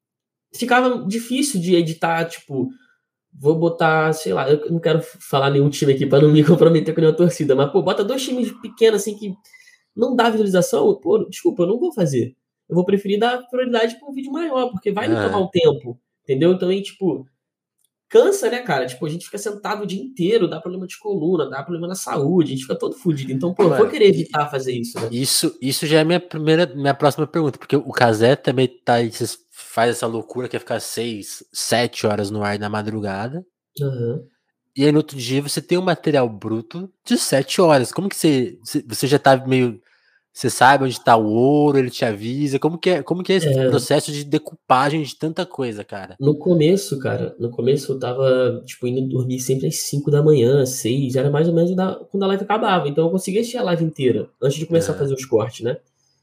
ficava difícil de editar, tipo, vou botar, sei lá, eu não quero falar nenhum time aqui pra não me comprometer com nenhuma torcida, mas, pô, bota dois times pequenos, assim, que não dá visualização, pô, desculpa, eu não vou fazer. Eu vou preferir dar prioridade pra um vídeo maior, porque vai me tomar Uhum. um tempo, entendeu? Então, aí, tipo, cansa, né, cara? Tipo, a gente fica sentado o dia inteiro, dá problema de coluna, dá problema na saúde, a gente fica todo fudido. Então, pô, eu vou Mano, querer evitar fazer isso, né? Isso, isso já é minha primeira, minha próxima pergunta, porque o Casé também tá aí, faz essa loucura que é ficar seis, sete horas no ar na madrugada. Uhum. E aí no outro dia você tem um material bruto de sete horas. Como que você, você já tá meio, você sabe onde tá o ouro, ele te avisa. Como que é, como que é esse É, processo de decupagem de tanta coisa, cara? no começo, cara, no começo eu tava, tipo, indo dormir sempre às cinco da manhã, seis, era mais ou menos da, quando a live acabava. Então eu conseguia assistir a live inteira, antes de começar a Uhum. fazer os cortes, né?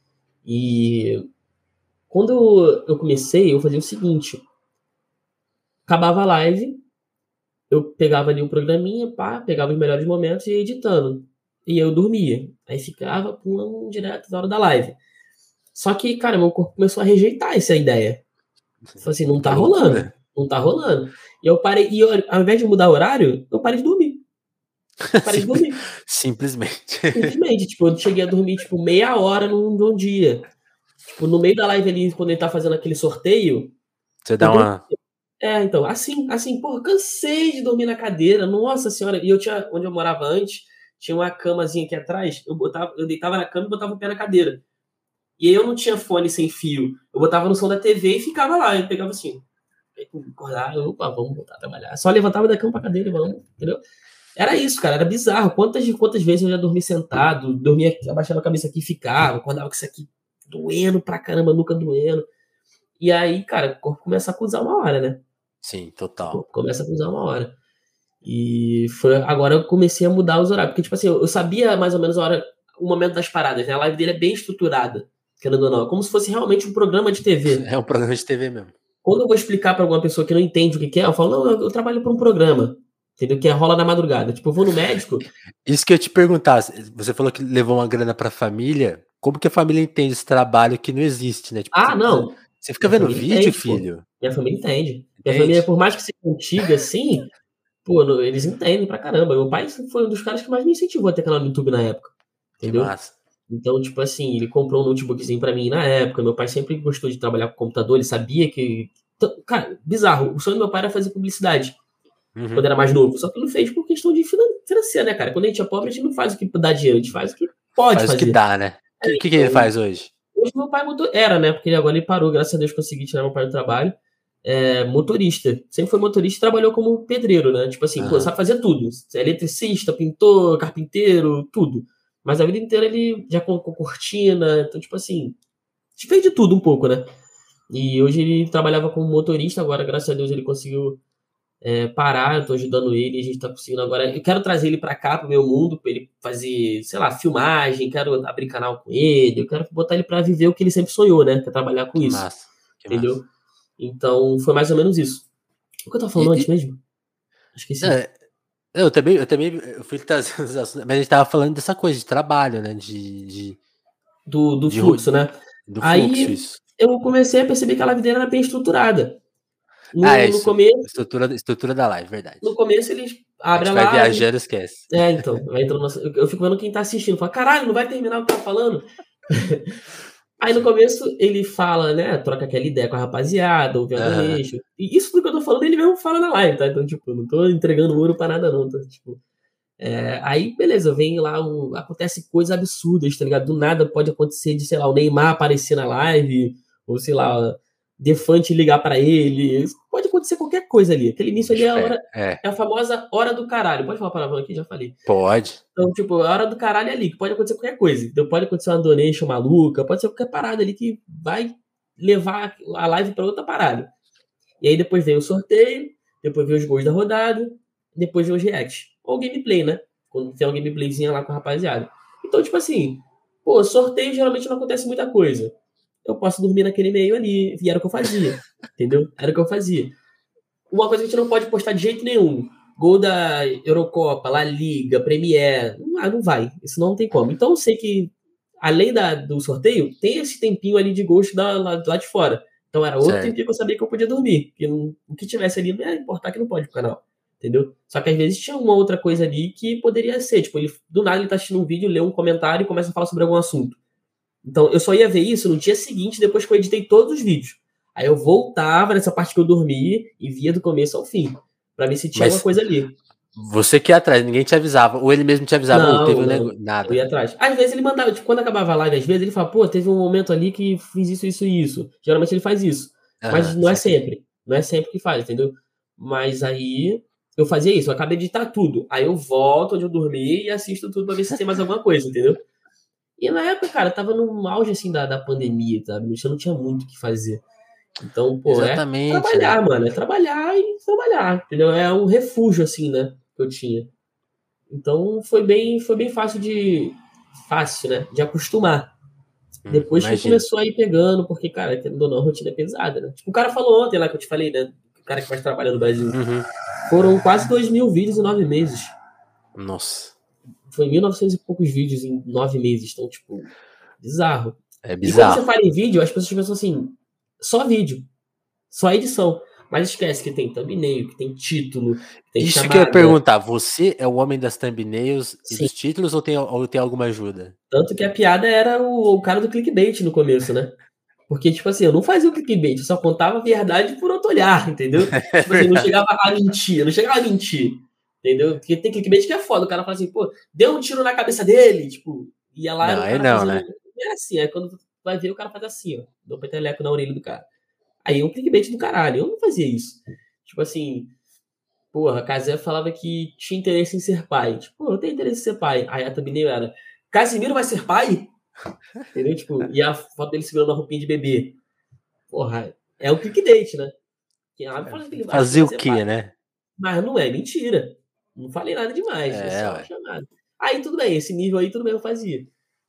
E quando eu comecei, eu fazia o seguinte: acabava a live, eu pegava ali o programinha, pá, pegava os melhores momentos e ia editando. E eu dormia. Aí ficava pulando direto na hora da live. Só que, cara, meu corpo começou a rejeitar essa ideia. Falei assim, não Tá tá rolando. loucura. Não tá rolando. E eu parei, e eu, ao invés de mudar o horário, eu parei de dormir. Parei de dormir. Simplesmente. Simplesmente. Tipo, eu cheguei a dormir, tipo, meia hora num, num dia. Tipo, no meio da live ali, quando ele tá fazendo aquele sorteio, Você eu dá dormi. uma. É, então, assim, assim, porra, cansei de dormir na cadeira, nossa senhora. E eu tinha, onde eu morava antes, tinha uma camazinha aqui atrás, eu botava, eu deitava na cama e botava o pé na cadeira. E aí eu não tinha fone sem fio, eu botava no som da T V e ficava lá, eu pegava assim, aí acordava, opa, vamos voltar a trabalhar. Só levantava da cama pra cadeira e vamos, entendeu? Era isso, cara, era bizarro. Quantas, quantas vezes eu já dormi sentado, dormia, abaixava a cabeça aqui e ficava, acordava com isso aqui doendo pra caramba, nunca doendo. E aí, cara, o corpo começa a acusar uma hora, né? Sim, O total. corpo começa a acusar uma hora. E foi agora eu comecei a mudar os horários. Porque, tipo assim, eu sabia mais ou menos a hora, o momento das paradas, né? A live dele é bem estruturada, querendo ou não. É como se fosse realmente um programa de T V. É um programa de T V mesmo. Quando eu vou explicar pra alguma pessoa que não entende o que, que é, eu falo, não, eu, eu trabalho pra um programa. Entendeu? Que é rola na madrugada. Tipo, eu vou no médico. Isso que eu ia te perguntar, você falou que levou uma grana pra família. Como que a família entende esse trabalho que não existe, né? Tipo, Ah, você, não. você fica Minha vendo família vídeo, entende, pô. filho? Minha família entende. Minha família, Entende? por mais que seja antiga assim, pô, no- eles entendem pra caramba. Meu pai foi um dos caras que mais me incentivou a ter canal no YouTube na época. Que Entendeu? massa. Então, tipo assim, ele comprou um notebookzinho pra mim na época. Meu pai sempre gostou de trabalhar com computador, ele sabia que. Então, cara, bizarro. O sonho do meu pai era fazer publicidade Uhum. quando era mais novo. Só que ele não fez por questão de finan- financeira, né, cara? Quando a gente é pobre, a gente não faz o que dá dinheiro, a gente faz o que pode Faz o que fazer. dá, né? O É, que, que, que ele então, faz hoje? hoje meu pai mudou. Era, né? Porque agora ele parou, graças a Deus consegui tirar meu pai do trabalho. É, motorista. Sempre foi motorista e trabalhou como pedreiro, né? Tipo assim, pô, Aham. sabe fazer tudo. Eletricista, pintor, carpinteiro, tudo. Mas a vida inteira ele já colocou cortina. Então, tipo assim, a gente fez de tudo um pouco, né? E hoje ele trabalhava como motorista, agora, graças a Deus, ele conseguiu é, parar, eu tô ajudando ele, a gente tá conseguindo agora. Eu quero trazer ele pra cá, pro meu mundo, pra ele fazer, sei lá, filmagem, quero abrir canal com ele, eu quero botar ele pra viver o que ele sempre sonhou, né? Que é trabalhar com Que isso, massa, que massa. entendeu? Então, foi mais ou menos isso. O que eu tava E, falando antes e- mesmo? Esqueci. é, eu também, eu também eu fui trazer os assuntos, mas a gente tava falando dessa coisa de trabalho, né? De, de, Do, do de, ro- fluxo, né? do fluxo, Aí isso. eu comecei a perceber que a live dele era bem estruturada. Ah, é No, no isso. começo, Estrutura, estrutura da live, verdade. no começo eles A abrem gente a vai live. viajando, esquece. É, então, vai entrando no- eu eu fico vendo quem tá assistindo. Fala, caralho, não vai terminar o que tá falando? Aí no começo ele fala, né? Troca aquela ideia com a rapaziada, ouve a Aham. donation. E isso tudo que eu tô falando, ele mesmo fala na live, tá? Então, tipo, não tô entregando ouro pra nada, não. Tá? Tipo, é, aí, beleza, vem lá, um, acontece coisas absurdas, tá ligado? Do nada pode acontecer de, sei lá, o Neymar aparecer na live, ou sei lá, Defante ligar pra ele. Pode acontecer qualquer coisa ali. Aquele O início ali é bicho a pega. hora, É, é a famosa hora do caralho. Pode falar palavrão aqui? Já falei. pode. Então, tipo, a hora do caralho é ali, que pode acontecer qualquer coisa. Então, pode acontecer uma donation maluca, pode ser qualquer parada ali que vai levar a live pra outra parada. E aí depois vem o sorteio, depois vem os gols da rodada, depois vem os reacts. Ou gameplay, né? Quando tem uma gameplayzinha lá com a rapaziada. Então, tipo assim, pô, sorteio geralmente não acontece muita coisa. Eu posso dormir naquele meio ali, e era o que eu fazia. Entendeu? Era o que eu fazia. Uma coisa que a gente não pode postar de jeito nenhum. Gol da Eurocopa, La Liga, Premier. Ah, não vai. Isso não tem como. Então eu sei que, além da, do sorteio, tem esse tempinho ali de gosto da, lá, lá de fora. Então era outro Certo. tempinho que eu sabia que eu podia dormir. Que não, o que tivesse ali não ia importar que não pode pro canal. Entendeu? Só que às vezes tinha uma outra coisa ali que poderia ser. Tipo, ele, do nada ele tá assistindo um vídeo, lê um comentário e começa a falar sobre algum assunto. Então, eu só ia ver isso no dia seguinte, depois que eu editei todos os vídeos. Aí eu voltava nessa parte que eu dormi e via do começo ao fim, pra ver se tinha alguma Mas coisa ali. você que ia atrás, ninguém te avisava. Ou ele mesmo te avisava, ou teve Não, um não. negócio. Eu ia Nada. atrás. Às vezes ele mandava, tipo, quando acabava a live, às vezes ele fala, pô, teve um momento ali que fiz isso, isso e isso. Geralmente ele faz isso. Mas Aham, não é saquei. sempre. Não é sempre que faz, entendeu? Mas aí eu fazia isso, eu acabei de editar tudo. Aí eu volto onde eu dormi e assisto tudo pra ver se tem mais alguma coisa, entendeu? E na época, cara, tava no auge assim da, da pandemia, sabe? Eu não tinha muito o que fazer. Então, pô, é Exatamente, né? trabalhar, mano. É trabalhar e trabalhar, entendeu? É um refúgio, assim, né? Que eu tinha. Então, foi bem, foi bem fácil de... Fácil, né? De acostumar. Hum, Depois que imagino. começou a ir pegando, porque, cara, querendo ou não, a rotina é pesada, né? Tipo, o cara falou ontem lá que eu te falei, né? O cara que mais trabalha no Brasil. Uhum. Foram quase dois mil vídeos em nove meses. Nossa, Foi mil e novecentos e poucos vídeos em nove meses. Então, tipo, bizarro. é E quando você bizarro. fala em vídeo, as pessoas pensam assim, só vídeo. Só edição. Mas esquece que tem thumbnail, que tem título, que tem Isso que eu ia chamada. perguntar, você é o homem das thumbnails e Sim. dos títulos ou tem, ou tem alguma ajuda? Tanto que a piada era o, o cara do clickbait no começo, né? Porque, tipo assim, eu não fazia o clickbait, eu só contava a verdade por outro olhar, entendeu? É Tipo assim, não verdade. chegava a mentir, eu não chegava a mentir, entendeu? Porque tem clickbait que é foda, o cara fala assim, pô, deu um tiro na cabeça dele, tipo, ia lá, Não, era o aí cara não, fazendo. né? É assim, é quando vai ver o cara faz assim, ó, deu um peteleco na orelha do cara. Aí é um clickbait do caralho, eu não fazia isso. Tipo assim, porra, a Casé falava que tinha interesse em ser pai. Tipo, pô, eu tenho interesse em ser pai. Aí a thumbnail era, Casimiro vai ser pai? Entendeu? Tipo, e a foto dele segurando uma roupinha de bebê. Porra, é o clickbait, né? Quem abre fala que ele acha que ele Fazer vai o ser pai. quê, né? Mas não é mentira. Não falei nada demais, é É, só uma ué. chamada. Aí tudo bem, esse nível aí tudo bem eu fazia.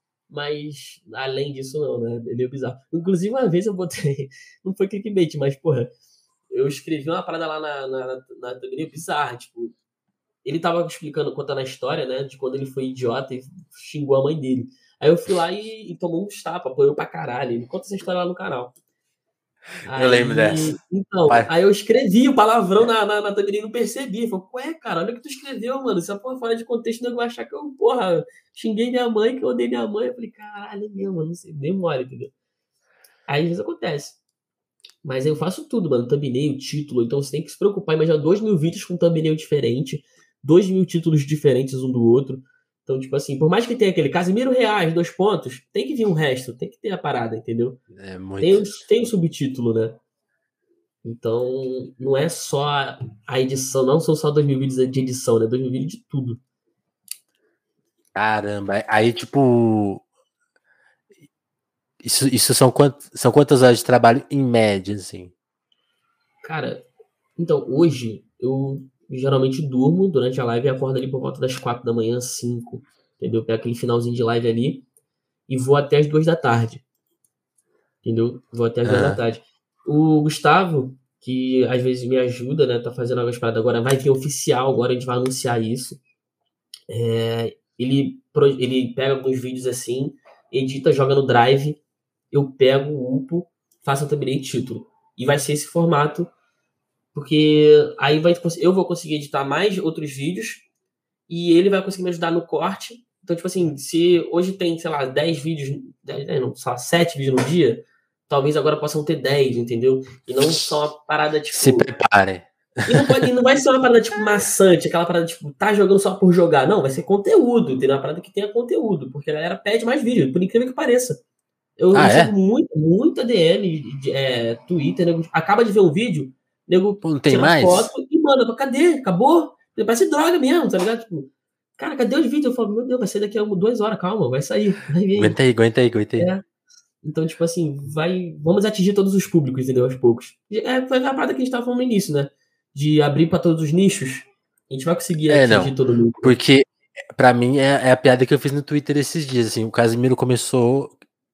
Mas além disso, não, né? É meio bizarro. Inclusive, uma vez eu botei. Não foi clickbait, mas, porra, eu escrevi uma parada lá na, na, na, na thumbnail bizarra, tipo, ele tava explicando, contando a história, né, de quando ele foi idiota e xingou a mãe dele. Aí eu fui lá e, e tomou uns tapas, apoiou pra caralho. Ele conta essa história lá no canal. Eu lembro dessa. Aí, então, Pai, aí eu escrevi o palavrão na, na, na thumbnail e não percebi. Falei, ué, cara, olha o que tu escreveu, mano. Se a porra fora de contexto, o nego vai achar que eu, porra, xinguei minha mãe, que eu odeio minha mãe. Eu falei, caralho, é mesmo, mano, não sei, demora, entendeu? Aí às vezes acontece. Mas eu faço tudo, mano. Thumbnail, título. Então você tem que se preocupar. Imagina dois mil vídeos com thumbnail diferente, dois mil títulos diferentes um do outro. Então, tipo assim, por mais que tenha aquele Casimiro Reais, dois pontos, tem que vir um resto, tem que ter a parada, entendeu? é Tem, muito. os, tem o subtítulo, né? Então, não é só a edição, não são só dois mil vídeos de edição, né? Dois mil vídeos de tudo. Caramba. Aí, tipo, Isso, isso são, quant, são quantas horas de trabalho em média, assim? Cara, então, hoje eu geralmente durmo durante a live e acordo ali por volta das quatro da manhã, cinco, entendeu? Pego aquele finalzinho de live ali e vou até as duas da tarde, entendeu? Vou até as duas da Aham. tarde. O Gustavo, que às vezes me ajuda, né? Tá fazendo algumas paradas agora, vai ter oficial, agora a gente vai anunciar isso. É, ele, pro- ele pega alguns vídeos assim, edita, joga no Drive, eu pego, upo, faço a thumbnail e título. E vai ser esse formato, porque aí vai, cons- eu vou conseguir editar mais outros vídeos e ele vai conseguir me ajudar no corte. Então, tipo assim, se hoje tem, sei lá, dez vídeos, dez, né, não, sei lá, sete vídeos no dia, talvez agora possam ter dez, entendeu? E não só uma parada, Se tipo, prepare. e não, pode, e não vai ser uma parada, tipo, maçante, aquela parada, tipo, tá jogando só por jogar. Não, vai ser conteúdo, entendeu? Uma parada que tenha conteúdo, porque a galera pede mais vídeo, por incrível que pareça. Eu Ah, recebo é? muito, muita D M, de, é, Twitter, nego, acaba de ver um vídeo, nego Pô, não tem tira foto mais? e manda, pra, cadê? Acabou? Parece droga mesmo, tá ligado? Tipo, cara, cadê os vídeos? Eu falo, meu Deus, vai sair daqui a uma, duas horas, calma, vai sair, vai vir. Aguenta aí, aguenta aí, aguenta aí. É. Então, tipo assim, vai. Vamos atingir todos os públicos, entendeu? Aos poucos. E É, foi a parada que a gente tava falando no início, né? De abrir pra todos os nichos. A gente vai conseguir É, atingir não. todo mundo, né? Porque, pra mim, é, é a piada que eu fiz no Twitter esses dias, assim. O Casimiro começou...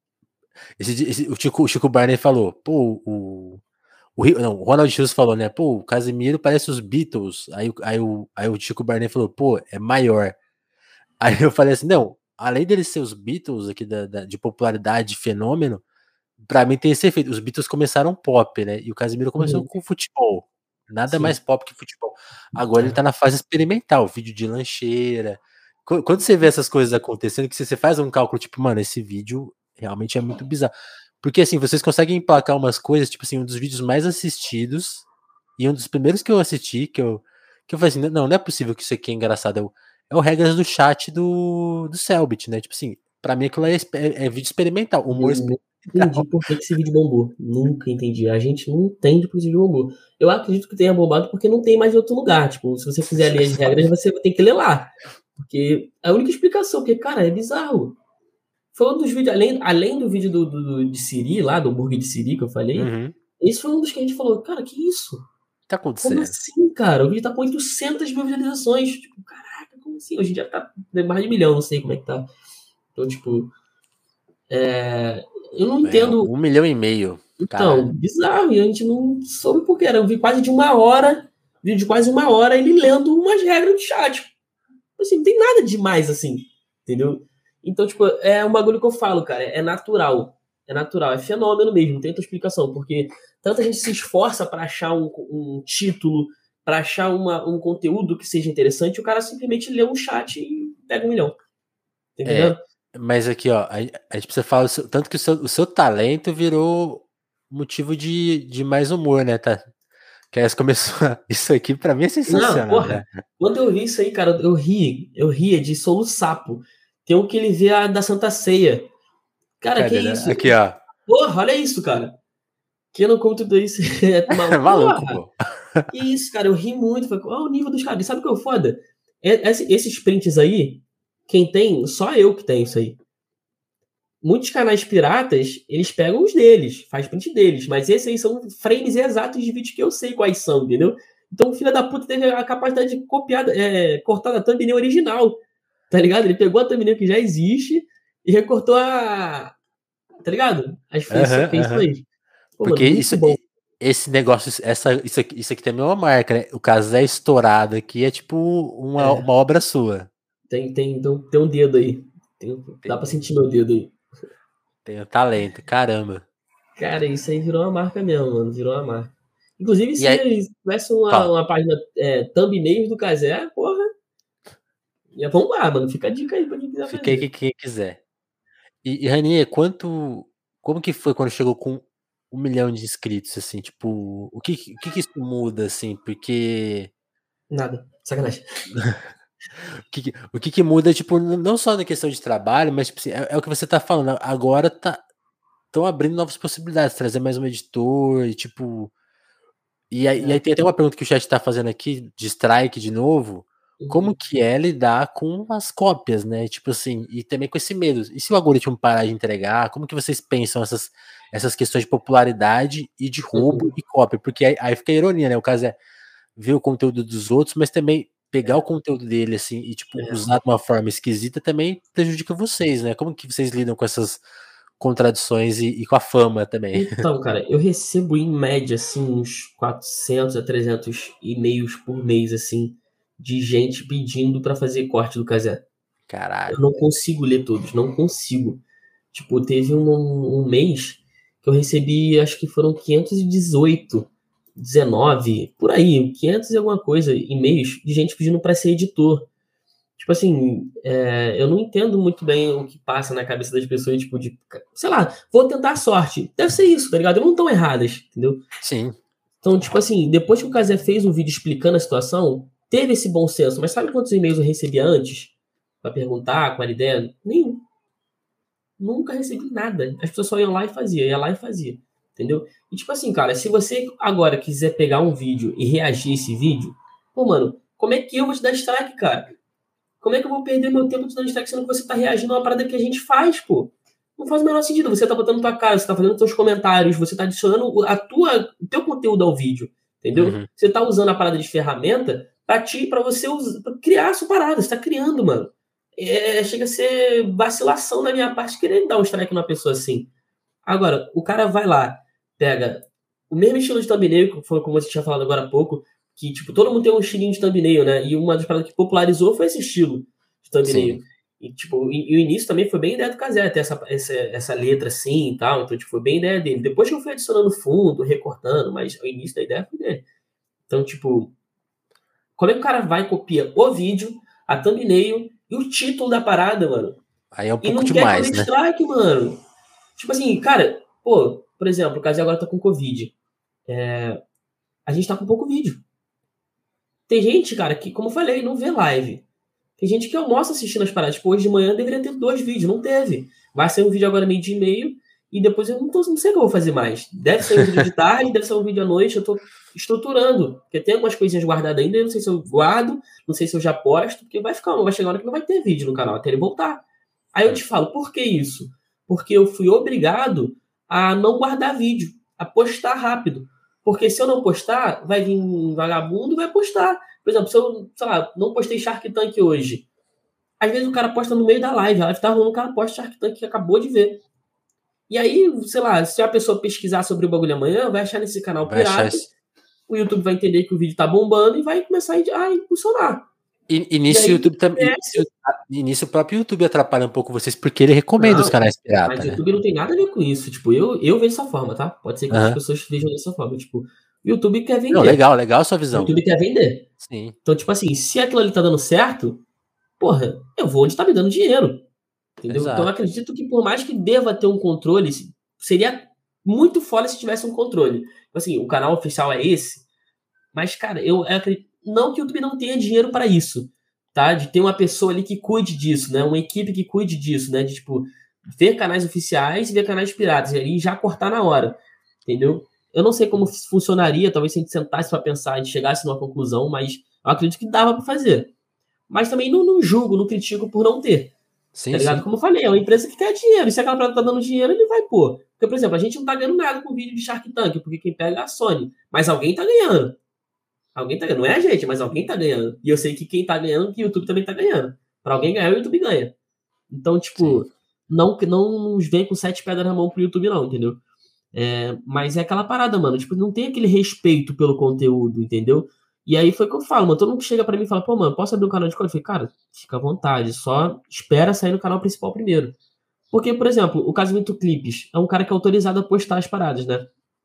Esse, di- esse- o, Chico, o Chico Barney falou, pô, o... O, Ri- não, o Ronald Rios falou, né? Pô, o Casimiro parece os Beatles. Aí, o- aí, o, aí o Chico Barney falou, pô, é maior. Aí eu falei assim, não, além deles ser os Beatles aqui da, da- de popularidade, de fenômeno, pra mim tem esse efeito. Os Beatles começaram pop, né? E o Casimiro começou Uhum. com futebol. Nada mais Sim. pop que futebol. Agora ele É. tá na fase experimental, vídeo de lancheira. Qu- Quando você vê essas coisas acontecendo, que você você faz um cálculo, tipo, mano, esse vídeo realmente é muito bizarro. Porque assim, vocês conseguem emplacar umas coisas, tipo assim, um dos vídeos mais assistidos, e um dos primeiros que eu assisti, que eu, que eu falei assim, não, não é possível que isso aqui é engraçado. É o, é o regras do chat do, do Selbit, né? Tipo assim, pra mim aquilo é, expe- é, é vídeo experimental, E eu humor nunca entendi experimental. por que que esse vídeo bombou. Nunca entendi. A gente não entende por que esse vídeo bombou. Eu acredito que tenha bombado porque não tem mais em outro lugar. Tipo, se você quiser ler as regras, você tem que ler lá. Porque é a única explicação, porque, cara, é bizarro. Foi um dos vídeos, além, além do vídeo do, do- do- de Siri, lá, do hambúrguer de Siri que eu falei, Uhum. O esse foi um dos que a gente falou, cara, que isso? que tá Como acontecendo? assim, cara? O vídeo tá com oitocentas mil visualizações. Tipo, caraca, como assim? Hoje em dia tá mais de um milhão, não sei como é que tá. Então, tipo, é, eu não É, entendo. um milhão e meio, Então, caralho. bizarro, e a gente não soube por quê. Era um vídeo quase de uma hora, vídeo de quase uma hora, ele lendo umas regras do chat. Assim, não tem nada demais assim, entendeu? Então, tipo, é um bagulho que eu falo, cara, é natural. É natural, é fenômeno mesmo, não tem outra explicação, porque tanta gente se esforça pra achar um, um título, pra achar uma, um conteúdo que seja interessante, o cara simplesmente lê um chat e pega um milhão, tá entendendo? É, mas aqui, ó, a, a gente precisa falar, o seu- tanto que o seu, o seu talento virou motivo de, de mais humor, né, tá? Que aí você começou. a- Isso aqui pra mim é Não, sensacional, porra, né? quando eu vi isso aí, cara, eu ri, eu ria de soluçapo. Tem um que ele vê a da Santa Ceia. Cara, que Cadê, né? isso? Aqui, ó. Porra, olha isso, cara. Que não como tudo isso é mal. Maluco, Porra! pô. Que isso, cara, eu ri muito. Falei, olha o nível dos caras. E sabe o que é o foda? É- esse- Esses prints aí, quem tem, só eu que tenho isso aí. Muitos canais piratas, eles pegam os deles, faz print deles, mas esses aí são frames exatos de vídeos que eu sei quais são, entendeu? Então o filho da puta teve a capacidade de copiar, é, cortar da thumbnail original, tá ligado? Ele pegou a thumbnail que já existe e recortou a. Tá ligado? As Aham, feições. aham. feições. Pô, mano, Porque muito isso, bom. esse negócio, essa, isso, aqui, isso aqui também é uma marca, né? O Casé estourado aqui é tipo uma, É, uma obra sua. tem, tem, então, tem um dedo aí. Tem- dá pra Tem, sentir meu dedo aí. tem o talento, caramba. Cara, isso aí virou uma marca mesmo, mano. Virou uma marca. Inclusive, E aí, se tivesse uma, fala. uma página é, thumbnails do Casé, porra, ia bombar, mano. Fica a dica aí pra quem quiser Fica aí que fazer. quem quiser. E, e Ranier, quanto. Como que foi quando chegou com um milhão de inscritos, assim? Tipo, o que, o que que isso muda, assim? Porque. Nada. Sacanagem. O que, que- o que que muda, tipo, n- não só na questão de trabalho, mas, tipo assim, é, é o que você tá falando. Agora tá. Estão abrindo novas possibilidades, trazer mais um editor, e tipo. E aí, e aí É. tem até uma pergunta que o chat tá fazendo aqui, de strike de novo. como Uhum. que é lidar com as cópias, né? Tipo assim, e também com esse medo. E se o algoritmo parar de entregar, como que vocês pensam essas, essas questões de popularidade e de roubo Uhum. e cópia? Porque aí, aí fica a ironia, né? O caso é ver o conteúdo dos outros, mas também pegar o É, conteúdo dele, assim, e, tipo, é. usar de uma forma esquisita também prejudica vocês, né? Como que vocês lidam com essas contradições e, e com a fama também? Então, cara, eu recebo em média, assim, uns quatrocentos a trezentos e-mails por mês, assim, de gente pedindo pra fazer corte do Casé. Eu Caralho. não consigo ler todos, não consigo. Tipo, teve um, um mês que eu recebi, acho que foram quinhentos e dezoito, dezenove, por aí, quinhentos e alguma coisa, e-mails de gente pedindo pra ser editor. Tipo assim, é, eu não entendo muito bem o que passa na cabeça das pessoas, tipo, de, sei lá, vou tentar a sorte. Deve ser isso, tá ligado? Elas não estão erradas, entendeu? Sim. Então, tipo assim, depois que o Casé fez um vídeo explicando a situação, teve esse bom senso, mas sabe quantos e-mails eu recebia antes? Pra perguntar qual era a ideia? Nenhum. Nunca recebi nada. As pessoas só iam lá e fazia, ia lá e fazia. Entendeu? E tipo assim, cara, se você agora quiser pegar um vídeo e reagir a esse vídeo, pô, mano, como é que eu vou te dar strike, cara? Como é que eu vou perder meu tempo te dando strike sendo que você tá reagindo a uma parada que a gente faz, pô? Não faz o menor sentido. Você tá botando tua cara, você tá fazendo teus comentários, você tá adicionando a tua, o teu conteúdo ao vídeo, entendeu? Uhum. Você tá usando a parada de ferramenta pra ti, pra você usar, pra criar a sua parada. Você tá criando, mano. É, chega a ser vacilação da minha parte querer dar um strike numa pessoa assim. Agora, o cara vai lá, pega o mesmo estilo de thumbnail, que foi como você tinha falado agora há pouco, que, tipo, todo mundo tem um estilinho de thumbnail, né? E uma das paradas que popularizou foi esse estilo de thumbnail. Sim. E, tipo, e, e o início também foi bem ideia do Casé, ter essa, essa, essa letra assim e tal. Então, tipo, foi bem ideia dele. Depois que eu fui adicionando fundo, recortando, mas o início da ideia foi dele. Então, tipo, como é que o cara vai e copia o vídeo, a thumbnail e o título da parada, mano? Aí é um E pouco não quer que eu dê demais, né? strike, mano. Tipo assim, cara, pô, por exemplo, o Casé agora tá com Covid. A gente tá com pouco vídeo. Tem gente, cara, que, como eu falei, não vê live. Tem gente que almoça assistindo as paradas. Tipo, hoje de manhã deveria ter dois vídeos, não teve. Vai sair um vídeo agora meio dia e meio, e depois eu não, tô, não sei o que eu vou fazer mais. Deve sair um vídeo de tarde, deve sair um vídeo à noite, eu tô estruturando. Porque tem algumas coisinhas guardadas ainda, eu não sei se eu guardo, não sei se eu já posto, porque vai ficar, vai chegar uma hora que não vai ter vídeo no canal, até ele voltar. Aí eu te falo, por que isso? Porque eu fui obrigado a não guardar vídeo, a postar rápido. Porque se eu não postar, vai vir um vagabundo e vai postar. Por exemplo, se eu, sei lá, não postei Shark Tank hoje. Às vezes o cara posta no meio da live, a live tá rolando, o cara posta Shark Tank que acabou de ver. E aí, sei lá, se a pessoa pesquisar sobre o bagulho amanhã, vai achar nesse canal Vai achar pirata, isso. o YouTube vai entender que o vídeo tá bombando e vai começar a impulsionar. E, e E nisso o aí, YouTube também. cresce. E nisso o próprio YouTube atrapalha um pouco vocês, porque ele recomenda os Não, canais mas pirata, o né? YouTube não tem nada a ver com isso. Tipo, eu, eu vejo dessa forma, tá? Pode ser que outras Aham. pessoas vejam dessa forma. Tipo, o YouTube quer Não, vender. legal, legal a sua O visão. YouTube quer vender. Sim, Então, tipo assim, se aquilo ali tá dando certo, porra, eu vou onde tá me dando dinheiro. Entendeu? Então eu exato. acredito que por mais que deva ter um controle, seria muito foda se tivesse um controle. Tipo assim, o canal oficial é esse, mas, cara, eu acredito. Não que o YouTube não tenha dinheiro para isso, tá? De ter uma pessoa ali que cuide disso, né? Uma equipe que cuide disso, né? De, tipo, ver canais oficiais e ver canais piratas, e aí já cortar na hora, entendeu? Eu não sei como funcionaria, talvez se a gente sentasse para pensar, a gente chegasse numa conclusão, mas eu acredito que dava para fazer. Mas também não, não julgo, não critico por não ter. Tá Sim, ligado? sim. Como eu falei, é uma empresa que quer dinheiro. E se aquela empresa tá dando dinheiro, ele vai pôr. Porque, por exemplo, a gente não tá ganhando nada com o vídeo de Shark Tank, porque quem pega é a Sony. Mas alguém tá ganhando. Alguém tá ganhando. Não é a gente, mas alguém tá ganhando. E eu sei que quem tá ganhando, que o YouTube também tá ganhando. Pra alguém ganhar, o YouTube ganha. Então, Sim. tipo, não, não nos vem com sete pedras na mão pro YouTube, não, entendeu? É, mas é aquela parada, mano. Tipo, não tem aquele respeito pelo conteúdo, entendeu? E aí foi o que eu falo, mano. Todo mundo que chega pra mim e fala, pô, mano, posso abrir um canal de código? Eu falei, cara, fica à vontade. Só espera sair no canal principal primeiro. Porque, por exemplo, o Casimiro Clipes é um cara que é autorizado a postar as paradas, né?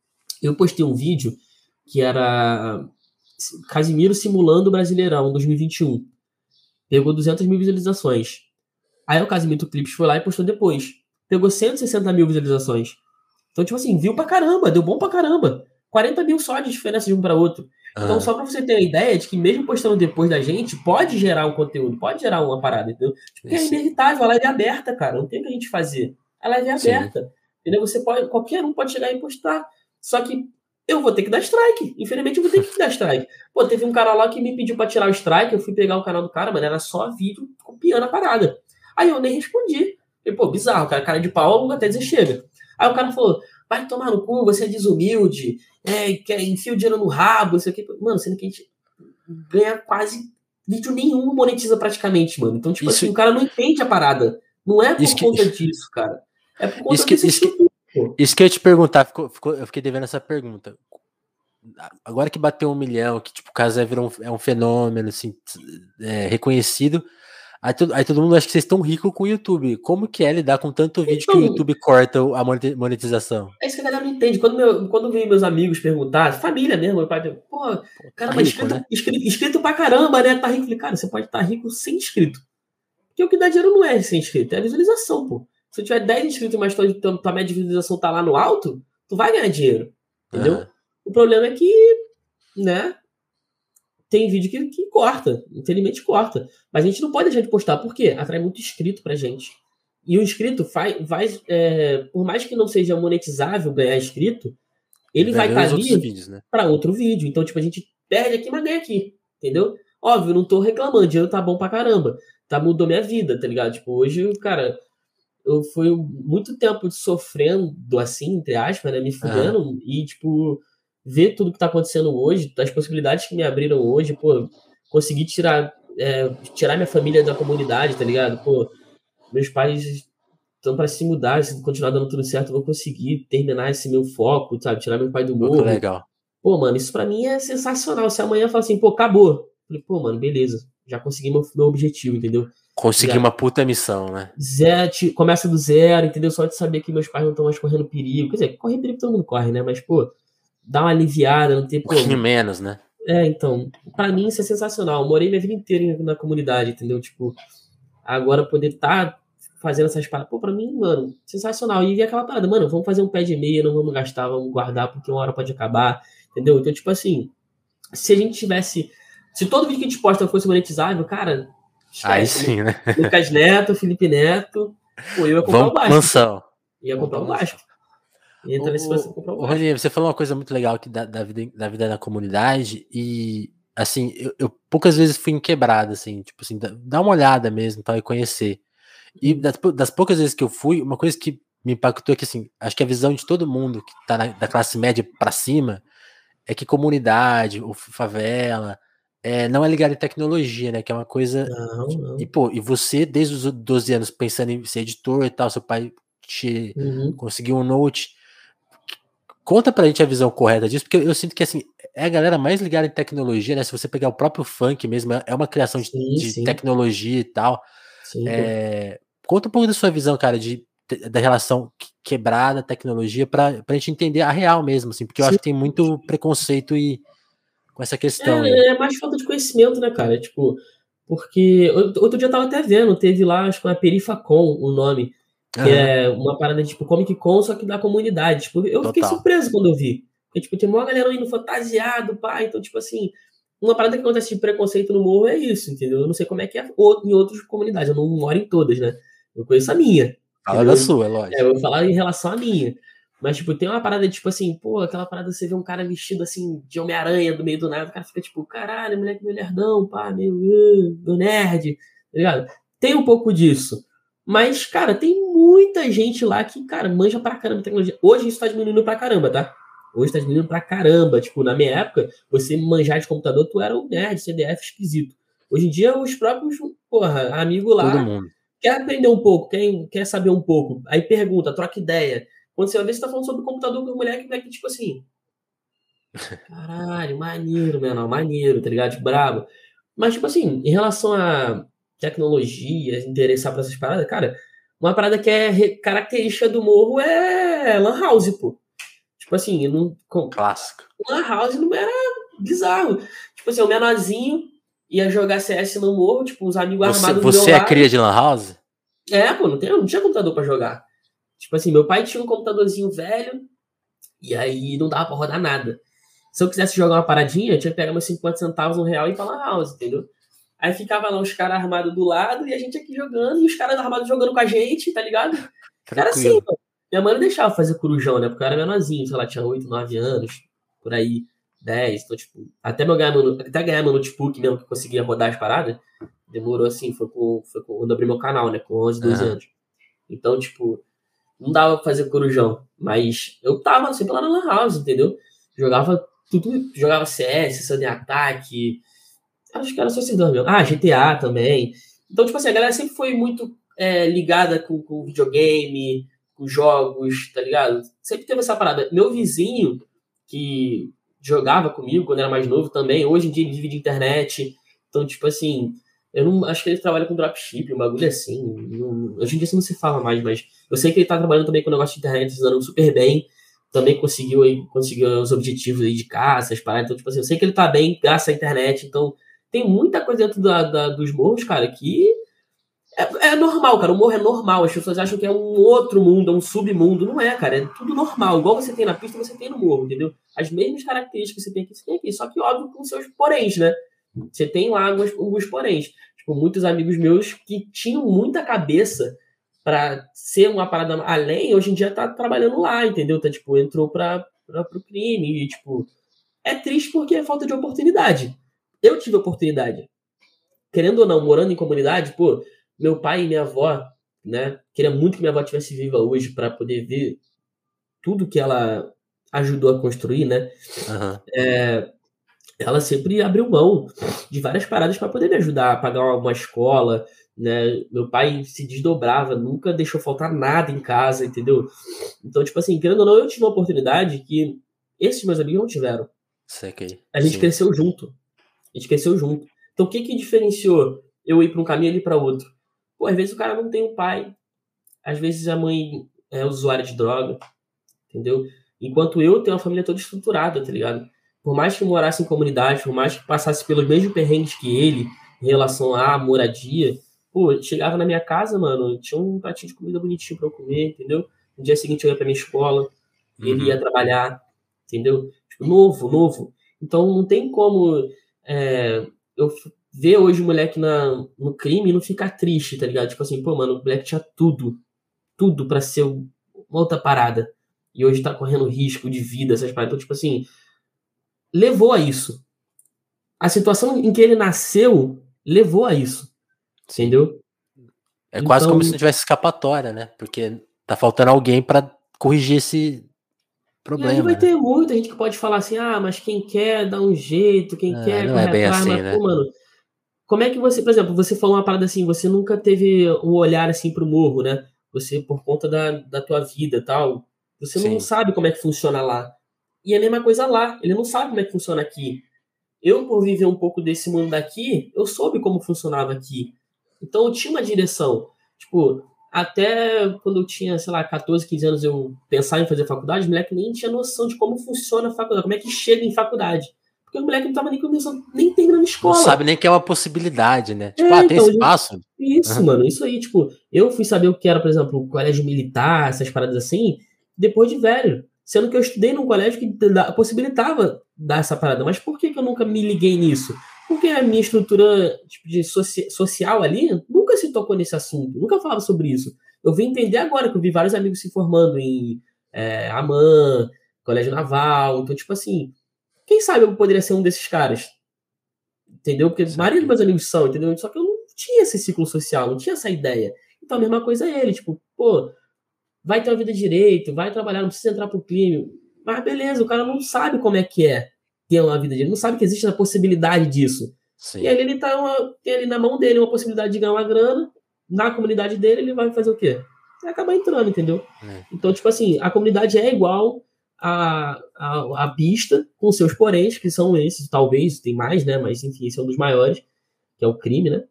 Eu postei um vídeo que era Casimiro simulando o Brasileirão dois mil e vinte e um. Pegou duzentas mil visualizações. Aí o Casimiro Clipes foi lá e postou depois. Pegou cento e sessenta mil visualizações. Então, tipo assim, viu pra caramba, deu bom pra caramba. quarenta mil só de diferença de um para outro. Então, Aham. só pra você ter a ideia de que mesmo postando depois da gente, pode gerar um conteúdo, pode gerar uma parada, entendeu? Porque é Esse- inevitável, a live é aberta, cara. Não tem o que a gente fazer. A live é Sim. aberta. Entendeu? Você pode, qualquer um pode chegar e postar. Só que eu vou ter que dar strike. Infelizmente, eu vou ter que dar strike. Pô, teve um cara lá que me pediu pra tirar o strike, eu fui pegar o canal do cara, mano, era só vídeo copiando a parada. Aí eu nem respondi. Falei, pô, bizarro, cara, cara de pau até dizer chega. Aí o cara falou, vai tomar no cu, você é desumilde, é, quer enfia o dinheiro no rabo, não sei o que. Mano, sendo que a gente ganha quase vídeo nenhum, monetiza praticamente, mano. Então, tipo Isso- assim, o cara não entende a parada. Não é por Isso que- conta disso, cara. É por conta Isso que, desse isso, que, estupim, pô. isso que eu ia te perguntar, ficou, ficou- eu fiquei devendo essa pergunta. Agora que bateu um milhão, que tipo, o Casé virou um, é um fenômeno, assim, é, reconhecido, aí, todo- aí todo mundo acha que vocês estão ricos com o YouTube. Como que é lidar com tanto vídeo que o Então, YouTube corta o- a moneti- monetização? é isso que a galera não entende. Quando, meu, quando veio meus amigos perguntar, família mesmo, meu pai perguntou, pô, Pô, tá caramba, rico, inscrito, né? inscrito, inscrito pra caramba, né? Tá rico. Eu falei, cara, você pode estar rico sem inscrito. Porque o que dá dinheiro não é ser inscrito, é a visualização, pô. Se eu tiver dez inscritos, mas tua, tua, tua média de visualização tá lá no alto, tu vai ganhar dinheiro. Entendeu? Aham. O problema é que, né, tem vídeo que, que corta, infelizmente corta. Mas a gente não pode deixar de postar, por quê? Atrai muito inscrito pra gente. E o inscrito vai, vai é, por mais que não seja monetizável ganhar inscrito, Ele ele vai vai ver estar os outros ali vídeos, né? para outro vídeo. Então, tipo, a gente perde aqui, mas ganha aqui. Entendeu? Óbvio, não tô reclamando, dinheiro tá bom pra caramba. Tá, mudou minha vida, tá ligado? Tipo, hoje, cara, eu fui muito tempo sofrendo, assim, entre aspas, né? Me Aham. fudendo. E, tipo, ver tudo que tá acontecendo hoje, as possibilidades que me abriram hoje, pô, consegui tirar, é, tirar minha família da comunidade, tá ligado? Pô, meus pais estão para se mudar, se continuar dando tudo certo, eu vou conseguir terminar esse meu foco, sabe? Tirar meu pai do Pô, que morro. legal. Pô, mano, isso pra mim é sensacional. Se amanhã eu falar assim, pô, acabou. Eu falei, pô, mano, beleza. Já consegui meu, meu objetivo, entendeu? Consegui Já uma puta missão, né? zero, te- começa do zero, entendeu? Só de saber que meus pais não estão mais correndo perigo. Quer dizer, correr perigo todo mundo corre, né? Mas, pô, dá uma aliviada, não ter, Um pouquinho pô. menos, né? É, então, pra mim isso é sensacional. Eu morei minha vida inteira na comunidade, entendeu? Tipo, agora poder estar fazendo essas paradas, pô, pra mim, mano, sensacional. E vi aquela parada, mano, vamos fazer um pé de meia, não vamos gastar, vamos guardar, porque uma hora pode acabar, entendeu? Então, tipo assim, se a gente tivesse. Se todo vídeo que a gente posta fosse monetizável, cara, Aí esquece. sim, né? Lucas Neto, Felipe Neto, pô, eu ia comprar Vamos o pra Basque, pô. mansão. Ia Vamos comprar pra o mansão. Basque. Ia entrar nesse processo de Ô, comprar o ô, ô, Basque. Rony, você falou uma coisa muito legal aqui da, da vida, da vida na comunidade e, assim, eu, eu poucas vezes fui em quebrada, assim, tipo assim, dá, dá uma olhada mesmo, tal, e conhecer. E das, pou- das poucas vezes que eu fui, uma coisa que me impactou é que, assim, acho que a visão de todo mundo que tá na, da classe média pra cima é que comunidade, ou favela, é, não é ligado em tecnologia, né, que é uma coisa... Não, E, não. pô, e você, desde os doze anos, pensando em ser editor e tal, seu pai te Uhum. conseguiu um note. Conta pra gente a visão correta disso, porque eu sinto que, assim, é a galera mais ligada em tecnologia, né? Se você pegar o próprio funk mesmo, é é uma criação de, Sim, de sim. tecnologia e tal. Sim, pô. É, conta um pouco da sua visão, cara, de, da relação que- quebrada, tecnologia, pra, pra gente entender a real mesmo, assim, porque eu Sim. acho que tem muito preconceito e, com essa questão aí. É, é mais falta de conhecimento, né, cara? Tipo, porque outro outro dia eu tava até vendo, teve lá, acho que uma Perifacon, o nome, que Aham, é uma parada tipo Comic Con, só que da comunidade. Tipo, eu fiquei total. surpreso quando eu vi. Porque, tipo, tem uma galera indo fantasiado, pá. Então, tipo assim, uma parada que acontece de preconceito no morro é isso, entendeu? Eu não sei como é que é o- em outras comunidades, eu não moro em todas, né? Eu conheço a minha, Fala da entendeu? sua, é É, eu lógico. vou falar em relação à minha. Mas, tipo, tem uma parada, tipo assim, pô, aquela parada você vê um cara vestido assim, de Homem-Aranha do meio do nada, o cara fica tipo, caralho, moleque meio nerdão, pá, meio, uh, meu nerd, tá ligado? Tem um pouco disso. Mas, cara, tem muita gente lá que, cara, manja pra caramba de tecnologia. Hoje isso tá diminuindo pra caramba, tá? Hoje tá diminuindo pra caramba. Tipo, na minha época, você manjar de computador, tu era um nerd, C D F esquisito. Hoje em dia, os próprios, porra, amigo Todo lá mundo. quer aprender um pouco, quer, quer saber um pouco. Aí pergunta, troca ideia. Quando você vai ver, você tá falando sobre computador com o moleque, o moleque, tipo assim, caralho, maneiro, menor, maneiro, tá ligado? Tipo, brabo. Mas, tipo assim, em relação a tecnologia, interessar pra essas paradas, cara, uma parada que é re- característica do morro é Lan House, pô. Tipo assim, não, com, Clássico. Lan House não era bizarro. Tipo assim, o menorzinho ia jogar C S no morro, tipo, os amigos Você, armados do meu você é lado. cria de Lan House? É, pô, não, tem, não tinha computador pra jogar. Tipo assim, meu pai tinha um computadorzinho velho e aí não dava pra rodar nada. Se eu quisesse jogar uma paradinha, eu tinha que pegar meus cinquenta centavos, um real e ir pra Lan House, entendeu? Aí ficava lá os caras armados do lado e a gente aqui jogando, e os caras armados jogando com a gente, tá ligado? Era assim, Tranquilo. mano. Minha mãe não deixava fazer corujão, né? Porque eu era menorzinho, sei lá, tinha oito, nove anos. por aí, dez. Então, tipo, até, meu ganhar, meu, até ganhar meu notebook mesmo, que eu conseguia rodar as paradas, demorou assim, foi, com, foi com, quando eu abri meu canal, né, com onze, doze Aham. anos. Então, tipo, não dava pra fazer corujão, mas eu tava sempre lá na Lan House, entendeu? Jogava tudo, jogava C S, Sunny Ataque, acho que era só esses dois mesmo. Ah, G T A também. Então, tipo assim, a galera sempre foi muito é, ligada com, com videogame, com jogos, tá ligado? Sempre teve essa parada. Meu vizinho, que jogava comigo quando era mais novo também, hoje em dia ele divide internet. Então, tipo assim, eu não acho que ele trabalha com dropship, um bagulho assim. Não, hoje em dia isso não se fala mais, mas eu sei que ele tá trabalhando também com negócio de internet, usando super bem. Também conseguiu, aí, conseguiu os objetivos aí de caça, essas paradas. Então, tipo assim, eu sei que ele tá bem graças à internet. Então, tem muita coisa dentro da, da, dos morros, cara, que é, é normal, cara. O morro é normal. As pessoas acham que é um outro mundo, é um submundo. Não é, cara. É tudo normal. Igual você tem na pista, você tem no morro, entendeu? As mesmas características que você tem aqui, você tem aqui. Só que, óbvio, com seus poréns, né? Você tem lá alguns, alguns poréns. Tipo, muitos amigos meus que tinham muita cabeça pra ser uma parada além, hoje em dia tá trabalhando lá, entendeu? Tá, tipo, entrou pra, pra, pro crime e, tipo... É triste porque é falta de oportunidade. Eu tive oportunidade. Querendo ou não, morando em comunidade, pô, meu pai e minha avó, né? Queria muito que minha avó estivesse viva hoje para poder ver tudo que ela ajudou a construir, né? Aham. É, ela sempre abriu mão de várias paradas para poder me ajudar a pagar uma escola, né? Meu pai se desdobrava, nunca deixou faltar nada em casa, entendeu? Então, tipo assim, querendo ou não, eu tive uma oportunidade que esses meus amigos não tiveram. Saquei. A gente Sim. cresceu junto. A gente cresceu junto. Então, o que que diferenciou eu ir para um caminho e ele para outro? Pô, às vezes o cara não tem um pai, às vezes a mãe é usuária de droga, entendeu? Enquanto eu tenho uma família toda estruturada, tá ligado? Por mais que eu morasse em comunidade, por mais que passasse pelos mesmos perrengues que ele, em relação à moradia, pô, chegava na minha casa, mano, tinha um pratinho de comida bonitinho pra eu comer, entendeu? No dia seguinte eu ia pra minha escola, ele ia Uhum. trabalhar, entendeu? Tipo, novo, novo. Então não tem como é, eu ver hoje o moleque na, no crime e não ficar triste, tá ligado? Tipo assim, pô, mano, o moleque tinha tudo, tudo pra ser uma outra parada. E hoje tá correndo risco de vida, essas paradas. Então, tipo assim, levou a isso. A situação em que ele nasceu levou a isso, Sim. entendeu? É quase Então, como se não tivesse escapatória, né? Porque tá faltando alguém pra corrigir esse e aí problema, vai né? ter muita gente que pode falar assim, ah, mas quem quer dá um jeito, quem Ah, quer não é corre bem atrás, assim, mas, né? pô, mano, como é que você, por exemplo, você falou uma parada assim, você nunca teve um olhar assim pro morro, né? Você, por conta da, da tua vida e tal, você não Sim. sabe como é que funciona lá. E é a mesma coisa lá, ele não sabe como é que funciona aqui. Eu, por viver um pouco desse mundo daqui, eu soube como funcionava aqui. Então eu tinha uma direção. Tipo, até quando eu tinha, sei lá, catorze, quinze anos, eu pensava em fazer faculdade, o moleque nem tinha noção de como funciona a faculdade, como é que chega em faculdade. Porque o moleque não tava nem começando, nem terminando Não sabe escola. nem que é uma possibilidade, né? Tipo, ah, É, tem então, gente, espaço? isso, Aham. mano, isso aí, tipo, eu fui saber o que era, por exemplo, colégio militar, essas paradas assim, depois de velho. Sendo que eu estudei num colégio que da- possibilitava dar essa parada. Mas por que, que eu nunca me liguei nisso? Porque a minha estrutura tipo, de soci- social ali nunca se tocou nesse assunto, nunca falava sobre isso. Eu vim entender agora que eu vi vários amigos se formando em é, AMAN, Colégio Naval. Então, tipo assim, quem sabe eu poderia ser um desses caras? Entendeu? Porque a maioria dos Saquei. meus amigos são, entendeu? Só que eu não tinha esse ciclo social, não tinha essa ideia. Então a mesma coisa é ele, tipo, pô, vai ter uma vida direito, vai trabalhar, não precisa entrar pro crime. Mas beleza, o cara não sabe como é que é ter uma vida direito, não sabe que existe a possibilidade disso. E Sim. aí ele tá uma, tem ali na mão dele uma possibilidade de ganhar uma grana, na comunidade dele ele vai fazer o quê? Vai acabar entrando, entendeu? É. Então, tipo assim, a comunidade é igual a, a, a pista, com seus poréns, que são esses, talvez, tem mais, né? Mas enfim, esse é um dos maiores, que é o crime, né?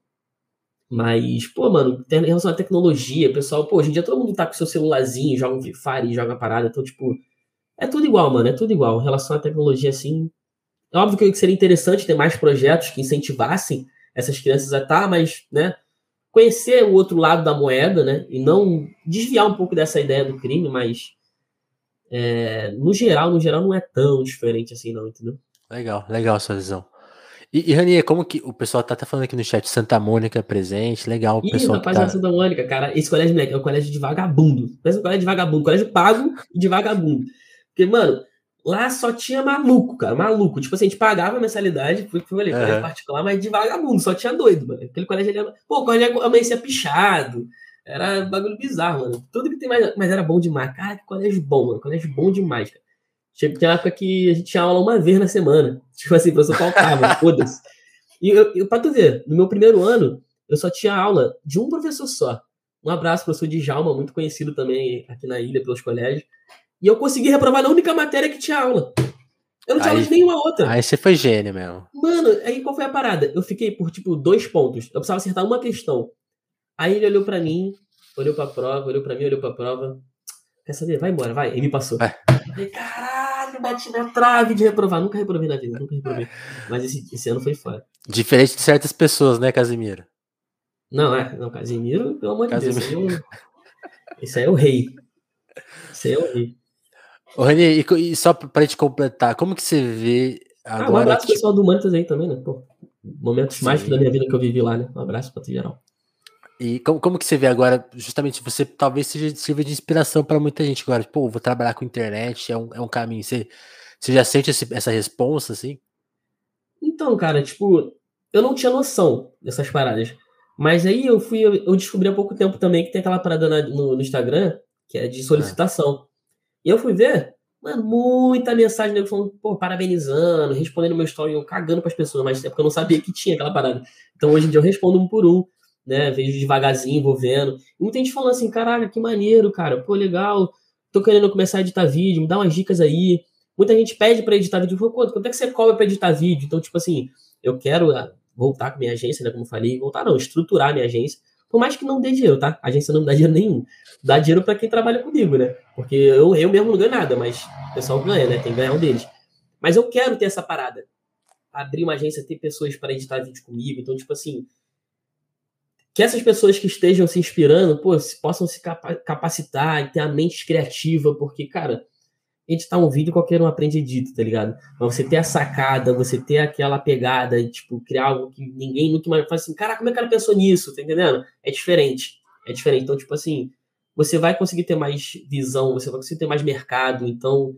Mas, pô, mano, em relação à tecnologia, pessoal, pô, hoje em dia todo mundo tá com seu celularzinho, joga um Free Fire, joga parada, então, tipo, é tudo igual, mano, é tudo igual. Em relação à tecnologia, assim, é óbvio que seria interessante ter mais projetos que incentivassem essas crianças a estar, mas, né, conhecer o outro lado da moeda, né, e não desviar um pouco dessa ideia do crime, mas, é, no geral, no geral, não é tão diferente assim, não, entendeu? Legal, legal a sua visão. E, e Ranier, como que o pessoal tá até falando aqui no chat, Santa Mônica é presente, legal, o Ih, pessoal que rapaziada, tá. Santa Mônica, cara, esse colégio, moleque, é um colégio de vagabundo. Pensa um colégio de vagabundo, colégio pago e de vagabundo. Porque, mano, lá só tinha maluco, cara, maluco. Tipo assim, a gente pagava a mensalidade, fui, fui ali, colégio Aham. particular, mas de vagabundo, só tinha doido, mano. Aquele colégio ali era... Pô, o colégio amanhecia pichado, era bagulho bizarro, mano. Tudo que tem mais... Mas era bom demais. Cara, que colégio bom, mano. Colégio bom demais, cara. Tinha tinha uma época que a gente tinha aula uma vez na semana. Tipo assim, o professor faltava, foda-se. E eu, eu, pra tu ver, no meu primeiro ano, eu só tinha aula de um professor só. Um abraço, professor Djalma, muito conhecido também aqui na ilha pelos colégios. E eu consegui reprovar na única matéria que tinha aula. Eu não tinha aula Aí, de nenhuma outra. aí você foi gênio mesmo. Mano, aí qual foi a parada? Eu fiquei por, tipo, dois pontos. Eu precisava acertar uma questão. Aí ele olhou pra mim, olhou pra prova, olhou pra mim, olhou pra prova. Quer saber? Vai embora, vai. Ele me passou. Vai. Eu falei, caralho, bati na trave de reprovar. Nunca reprovei na vida, nunca reprovei. Mas esse, esse ano foi fora. Diferente de certas pessoas, né, Casimiro? Não, é. Não, Casimiro, pelo amor de Deus. Casimiro. Esse aí, é o, esse aí é o rei. Esse aí é o rei. Ô, Reni, e, co- e só pra te completar, como que você vê Ah, um agora, abraço tipo, pessoal do Humanitas aí também, né? Pô, momentos mágicos da sim, minha vida que eu vivi lá, né? Um abraço pra tu geral. e como, como que você vê agora, justamente, você talvez seja, sirva de inspiração pra muita gente agora, pô, vou trabalhar com internet, é um, é um caminho, você, você já sente esse- essa responsa, assim? Então, cara, tipo, eu não tinha noção dessas paradas. Mas aí eu fui, eu eu descobri há pouco tempo também que tem aquela parada na- no, no Instagram, que é de Ah, solicitação. E eu fui ver, mano, muita mensagem nego falando, pô, parabenizando, respondendo meu story, eu cagando pras pessoas, mas é porque eu não sabia que tinha aquela parada. Então hoje em dia eu respondo um por um, né? Vejo devagarzinho, vou vendo. E muita gente falando assim, caralho, que maneiro, cara, pô, legal, tô querendo começar a editar vídeo, me dá umas dicas aí. Muita gente pede pra editar vídeo, eu falo, quanto, quanto é que você cobra pra editar vídeo? Então, tipo assim, eu quero ah, voltar com minha agência, né, como eu falei, voltar não, estruturar minha agência, por mais que não dê dinheiro, tá? A agência não me dá dinheiro nenhum. Dá dinheiro pra quem trabalha comigo, né? Porque eu, eu mesmo não ganho nada, mas o pessoal ganha, né? Tem que ganhar um deles. Mas eu quero ter essa parada. Abrir uma agência, ter pessoas para editar vídeo comigo. Então, tipo assim, que essas pessoas que estejam se inspirando, pô, se- possam se capa- capacitar e ter a mente criativa, porque, cara, editar um vídeo qualquer um aprende edito, tá ligado? Mas você ter a sacada, você ter aquela pegada, e, tipo, criar algo que ninguém nunca mais faz assim, cara, como é que o cara pensou nisso, tá entendendo? É diferente. É diferente. Então, tipo assim, você vai conseguir ter mais visão, você vai conseguir ter mais mercado, então.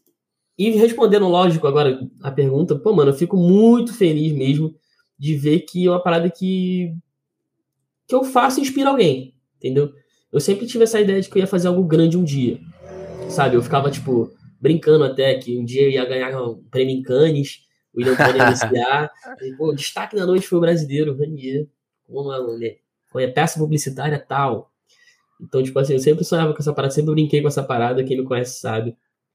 E respondendo, lógico, agora a pergunta, pô, mano, eu fico muito feliz mesmo de ver que é uma parada que, que eu faço e inspira alguém, entendeu? Eu sempre tive essa ideia de que eu ia fazer algo grande um dia, sabe? Eu ficava, tipo, brincando até que um dia eu ia ganhar um prêmio em Cannes, o William Bonner anunciar, e, pô, o destaque da noite foi o brasileiro, o Ranier, com uma, né, com a peça publicitária tal. Então, tipo assim, eu sempre sonhava com essa parada, sempre brinquei com essa parada, quem me conhece sabe.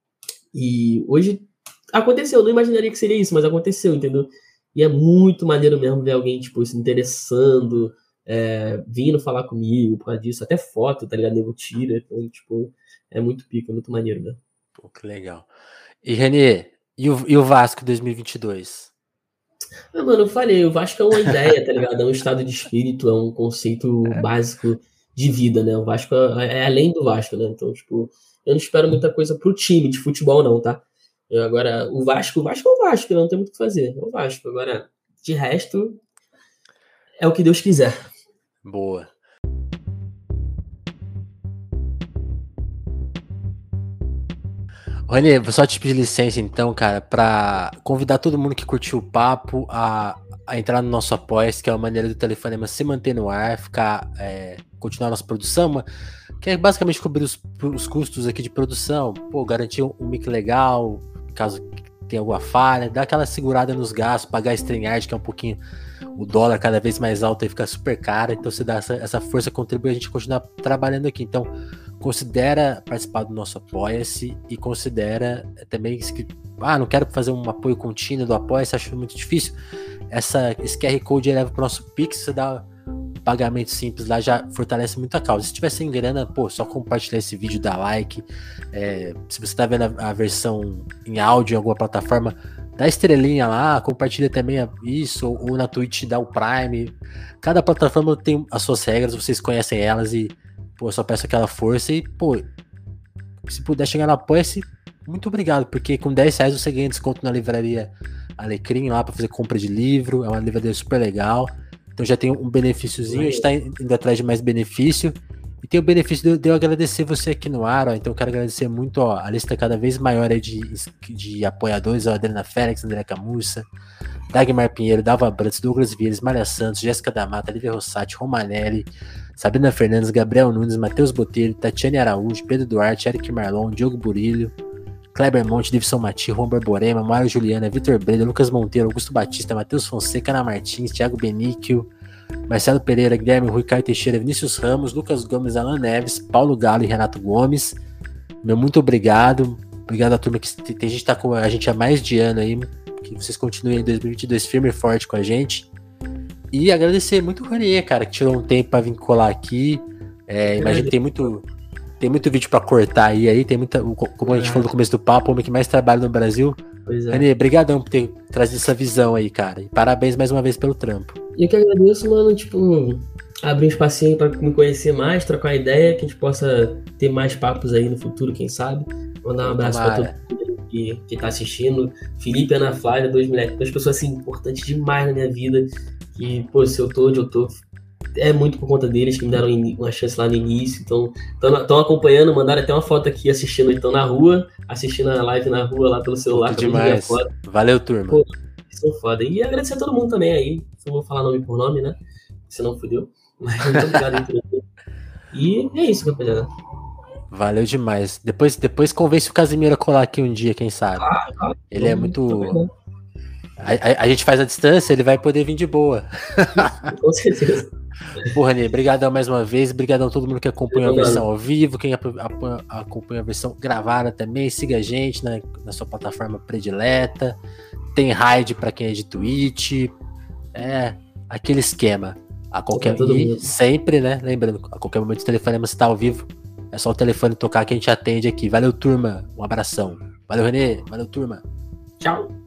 E hoje aconteceu, eu não imaginaria que seria isso, mas aconteceu, entendeu? E é muito maneiro mesmo ver alguém, tipo, se interessando, é, vindo falar comigo por causa disso, até foto, tá ligado? Nego tira, então, tipo, é muito pica, é muito maneiro mesmo. pô, que legal. E, Reni, e o, e o Vasco dois mil e vinte e dois? Ah, mano, eu falei, o Vasco é uma ideia, tá ligado? É um estado de espírito, é um conceito básico de vida, né? O Vasco é, é além do Vasco, né? Então, tipo, eu não espero muita coisa pro time de futebol, não, tá? Eu, agora, o Vasco, o Vasco é o Vasco, não tem muito o que fazer. É o Vasco. Agora, de resto, é o que Deus quiser. Boa. Rony, vou só te pedir licença então, cara, pra convidar todo mundo que curtiu o papo a, a entrar no nosso Apoia-se, que é uma maneira do Telefonema se manter no ar, ficar, é, continuar nossa produção, que é basicamente cobrir os, os custos aqui de produção, pô, garantir um, um mic legal, caso tenha alguma falha, dar aquela segurada nos gastos, pagar a StreamYard, que é um pouquinho o dólar cada vez mais alto e fica super caro, então você dá essa, essa força, contribui a gente continuar trabalhando aqui, então considera participar do nosso Apoia-se e considera também que, ah, não quero fazer um apoio contínuo do Apoia-se, acho muito difícil, essa, esse Q R Code leva para o nosso Pix, você dá um pagamento simples lá, já fortalece muito a causa. Se tiver sem grana, pô, só compartilhar esse vídeo, dá like, é, se você tá vendo a, a versão em áudio em alguma plataforma, dá estrelinha lá, compartilha também isso, ou, ou na Twitch dá o Prime, cada plataforma tem as suas regras, vocês conhecem elas e pô, eu só peço aquela força e, pô, se puder chegar no Apoia-se, muito obrigado, porque com dez reais você ganha desconto na livraria Alecrim lá pra fazer compra de livro, é uma livraria super legal, então já tem um benefício,zinho, a gente tá indo atrás de mais benefício E tem o benefício de, de eu agradecer você aqui no ar, ó. Então eu quero agradecer muito, ó, a lista cada vez maior aí de, de apoiadores, ó, Adriana Félix, André Camussa, Dagmar Pinheiro, Dalva Brantes, Douglas Vieira, Maria Santos, Jéssica da Mata, Lívia Rossati, Romanelli, Sabrina Fernandes, Gabriel Nunes, Matheus Botelho, Tatiane Araújo, Pedro Duarte, Eric Marlon, Diogo Burilho, Kleber Monte, Davidson Mati, Juan Borborema, Mário Juliana, Vitor Breda, Lucas Monteiro, Augusto Batista, Matheus Fonseca, Ana Martins, Thiago Benício, Marcelo Pereira, Guilherme Rui, Caio Teixeira, Vinícius Ramos, Lucas Gomes, Alan Neves, Paulo Galo e Renato Gomes. Meu muito obrigado. Obrigado à turma que tem gente tá com a gente há mais de ano aí. Que vocês continuem em dois mil e vinte e dois firme e forte com a gente. E agradecer muito o Ranier, cara, que tirou um tempo pra vir colar aqui. É, imagino que tem muito, tem muito vídeo pra cortar aí, aí. Tem muita, como a gente falou no começo do papo, o homem que mais trabalha no Brasil. Pois é. Ranier, brigadão por ter trazido essa visão aí, cara. E parabéns mais uma vez pelo trampo. E eu que agradeço, mano, tipo, abrir um espacinho pra me conhecer mais, trocar ideia, que a gente possa ter mais papos aí no futuro, quem sabe. Mandar um abraço Tomara. pra todo mundo que, que tá assistindo. Felipe e Ana Flávia, dois moleques, duas pessoas assim, importantes demais na minha vida. Que, pô, se eu tô onde eu tô, é muito por conta deles, que me deram uma chance lá no início. Então, estão acompanhando, mandaram até uma foto aqui assistindo, então, na rua, assistindo a live na rua lá pelo celular. Muito demais. Valeu, turma. Pô, são foda. E agradecer a todo mundo também aí. Não vou falar nome por nome, né? Senão fudeu. Mas muito obrigado aí por tudo. E é isso, rapaziada. Valeu demais. Depois, depois convence o Casimiro a colar aqui um dia, quem sabe. Ah, ah, ele é muito... A, a, a gente faz a distância, ele vai poder vir de boa. Com certeza. Porra, Ranier, brigadão mais uma vez. Brigadão a todo mundo que acompanhou a versão ao vivo, quem acompanha a versão gravada também. Siga a gente na, na sua plataforma predileta. Tem raid pra quem é de Twitch. É, aquele esquema. A qualquer e sempre, né? Lembrando, a qualquer momento o telefonema está ao vivo. É só o telefone tocar que a gente atende aqui. Valeu, turma. Um abração. Valeu, Ranier. Valeu, turma. Tchau.